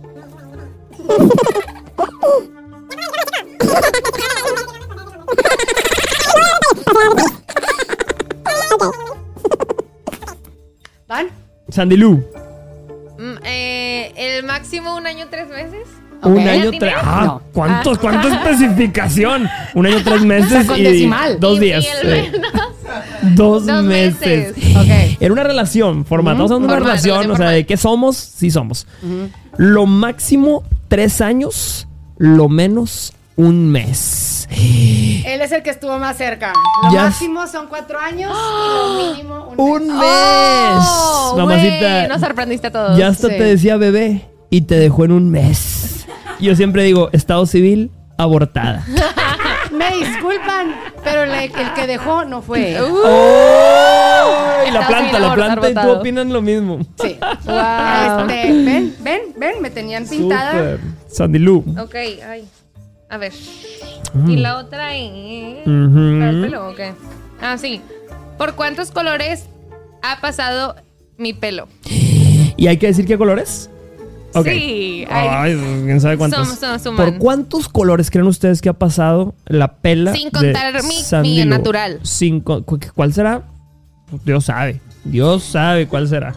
¿Van? Sandy Lu. Mm, eh, el máximo un año, tres meses. Un Ok. año, ¿Ya tres. tienes? Ah, No. ¿cuántos, Ah. ¿cuánta especificación? Un año, tres meses con y decimal. dos Y- días. y el eh, menos. dos, Dos meses. meses. Ok. Era una relación, formal. Estamos hablando de una Formal, relación, relación o sea, formal. ¿de qué somos? Sí somos. Lo máximo, tres años. Lo menos, un mes. Él es el que estuvo más cerca. Lo Ya- máximo son cuatro años y lo mínimo un, Un mes. mes. Oh, Mamacita. güey, nos sorprendiste a todos. Ya hasta Sí. te decía bebé y te dejó en un mes. Yo siempre digo, estado civil, abortada. Me disculpan, pero le- el que dejó no fue. él. Uh, ¡Oh! Y la Estado planta, civil, la abortar, planta y tú votado. opinan lo mismo. Sí. Wow. Este, ven, ven, ven, me tenían pintada. Súper. Sandy Lu. Ok, ay. A ver. Mm. Y la otra es. Ujú. ¿Para el pelo o qué? Ah, sí. ¿Por cuántos colores ha pasado mi pelo? ¿Y hay que decir qué colores? Ok. Sí. ay. Ay, quién sabe cuántos. Som- som- suman. ¿Por cuántos colores creen ustedes que ha pasado la pela? Sin de contar mi- Sandy mi Lu? natural. Sin con- cu- ¿Cuál será? Pues Dios sabe. Dios sabe cuál será.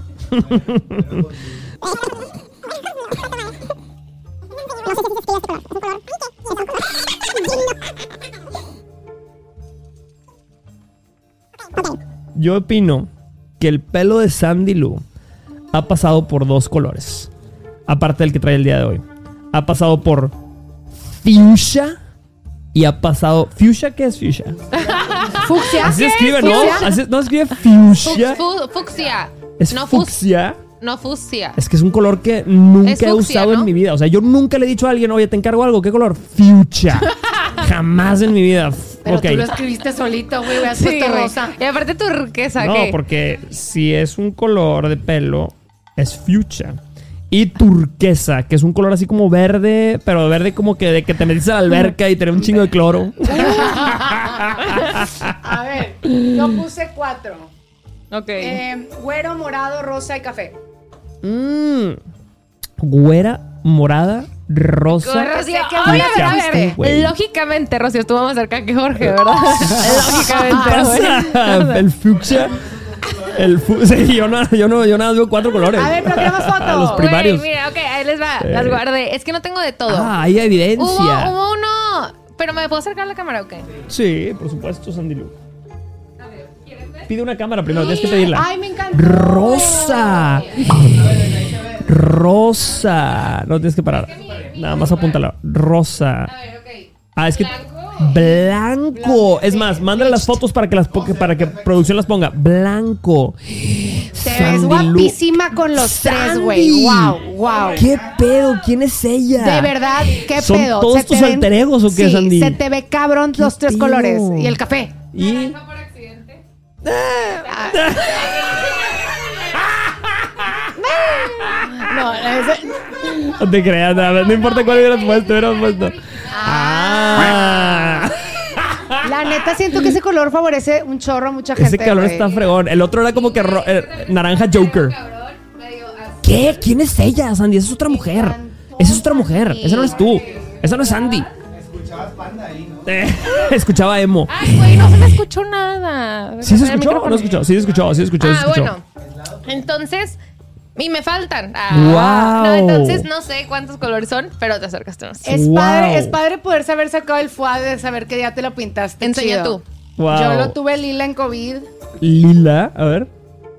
Yo opino que el pelo de Sandy Lu ha pasado por dos colores. Aparte del que trae el día de hoy. Ha pasado por fuchsia y ha pasado... ¿Fuchsia qué es fuchsia? Fucsia. Así se escribe, ¿no? ¿Fucsia? Así, no escribe fuchsia. Fu- fu- fucsia. Es no fus- fucsia. No fucsia. Es que es un color que nunca Es he fucsia, usado ¿no? en mi vida. O sea, yo nunca le he dicho a alguien, oye, te encargo algo. ¿Qué color? Fuchsia. Jamás en mi vida. Pero Ok. tú lo escribiste solito, güey. Hubieras Sí, puesto güey. rosa. Y aparte turquesa, No, ¿qué? porque si es un color de pelo, es fuchsia. Y turquesa, que es un color así como verde, pero verde como que de que te metiste a la alberca y tenés un chingo de cloro. A ver, yo puse cuatro. Ok. Eh, güero, morado, rosa y café. Mmm. Güera, morada, rosa. Con Rocío. ¿Qué Oye, fue? a ver, a Sí, ver. güey. Lógicamente, Rocío estuvo más cerca que Jorge, ¿verdad? ¿Qué Lógicamente, güey. pasa? El fuchsia. El fu sí, yo no, yo no, yo nada veo cuatro colores. A ver, pero queremos fotos. A los Güey, primarios. mira, ok, ahí les va. Sí. Las guardé. Es que no tengo de todo. Ah, hay evidencia. Hubo, hubo uno. Pero me puedo acercar a la cámara, ok. Sí, por supuesto, Sandy Lu. A ver, ¿quieren ver? pide una cámara primero, tienes que pedirla. Ay, me encanta. Rosa. Rosa. No tienes que parar. Nada más apúntalo. Rosa. A ver, ok. Ah, es que Blanco. blanco. Blanco. Es más, mándale las fotos para que las po- para que producción las ponga. Blanco. Te ves guapísima con los tres, güey. Wow, wow. ¿Qué pedo? ¿Quién es ella? De verdad, qué ¿Son pedo. todos Se te tus ven- alter egos o qué, sí, Sandy? se te ve cabrón los tres pedo? colores y el café. Y Por accidente. No, ese- no te creas, no, no importa cuál hubieras puesto, hubieras puesto. Ah. la neta siento que ese color favorece un chorro a mucha gente. Ese color güey. está fregón. El otro era como que ro- eh, naranja Joker. Cabrón, medio así. ¿Qué? ¿Quién es ella, Sandy? Esa es otra mujer. Esa es otra mujer. Esa no eres tú. Esa no es Sandy. Escuchabas Panda ahí, ¿no? Eh, escuchaba emo. Ay, güey, no se me escuchó nada. ¿Sí se El escuchó o micrófono. no escuchó? Sí se escuchó, sí se escuchó, sí se Ah, escuchó. bueno. Entonces, y me faltan. Ah, Wow. No, entonces no sé cuántos colores son, pero te acercaste más. Es Wow. padre, es padre poderse haber sacado el foie de saber que ya te lo pintaste. Enseña chido. tú. Wow. Yo lo tuve lila en COVID. Lila, a ver.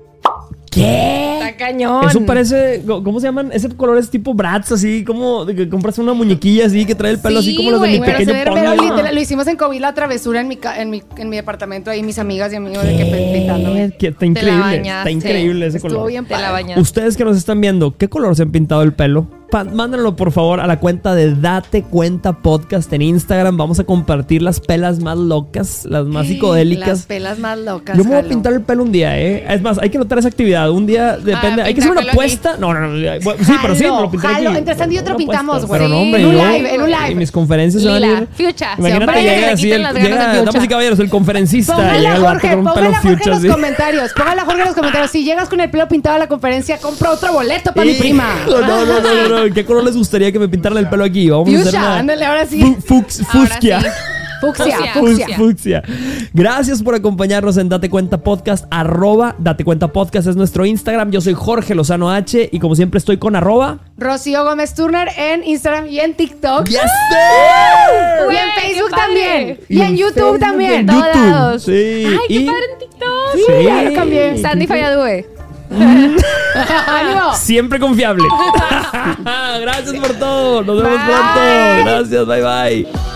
¿Qué? Está cañón. Eso parece, ¿cómo se llaman? Ese color es tipo Bratz, así como de que compras una muñequilla así que trae el pelo Sí, así como los de mi güey, Pero, se pequeño ve- pony. pero literal, lo hicimos en COVID la travesura en mi, ca- en mi, en mi departamento ahí, mis amigas y amigos de que pintándome. Que está increíble, está bañaste. increíble ese Estuvo color. bien Te la padre. bañaste. Ustedes que nos están viendo, ¿qué color se han pintado el pelo? Pa- mándenlo por favor a la cuenta de Date Cuenta Podcast en Instagram. Vamos a compartir las pelas más locas, las más Las psicodélicas. pelas más locas. Yo me voy a jalo. pintar el pelo un día, ¿eh? Es más, hay que notar esa actividad. Un día depende. Ah, hay que hacer una pintar pelo aquí. apuesta. No, no, no. Bueno, sí, pero sí, me lo Jalo, pintaré jalo. aquí. Entre Sandy y yo te lo Una pintamos, apuesta. güey. Pero no, hombre, En un yo- live, en un live. Y mis conferencias se van a Lila, ir. fuchsia. Imagínate, Para que llega le así, quiten el, las ganas llega, de fuchsia. damas y caballeros, el conferencista. Póngale llega a el vato Jorge, con un pelo póngale a Jorge en fuchsia los así. comentarios. Póngale a Jorge en los comentarios. Si llegas con el pelo pintado a la conferencia, compra otro boleto para mi Hijo, prima. No, no, no, no, no. ¿Qué color les gustaría que me pintaran el pelo aquí? Vamos a hacer Fuchsia, una- ándale, ahora sí. Fu- fux- Ahora Fusquia. sí. Fucsia, Fucsia. fucsia. Fux- Fucsia. Gracias por acompañarnos en Date Cuenta Podcast. Arroba Date Cuenta Podcast es nuestro Instagram. Yo soy Jorge Lozano H y como siempre estoy con arroba. Rocío Gómez Turner en Instagram y en TikTok. ¡Yes! Y Güey, en qué Facebook padre. también. Y, Y en en YouTube Facebook, también. en todos YouTube. lados. Sí. Ay, qué Y- padre en TikTok. Sí. ya lo cambié. Sandy Falladue. ¡Ánimo! Siempre confiable. Gracias por todo. Nos vemos Bye. pronto. Gracias. Bye bye.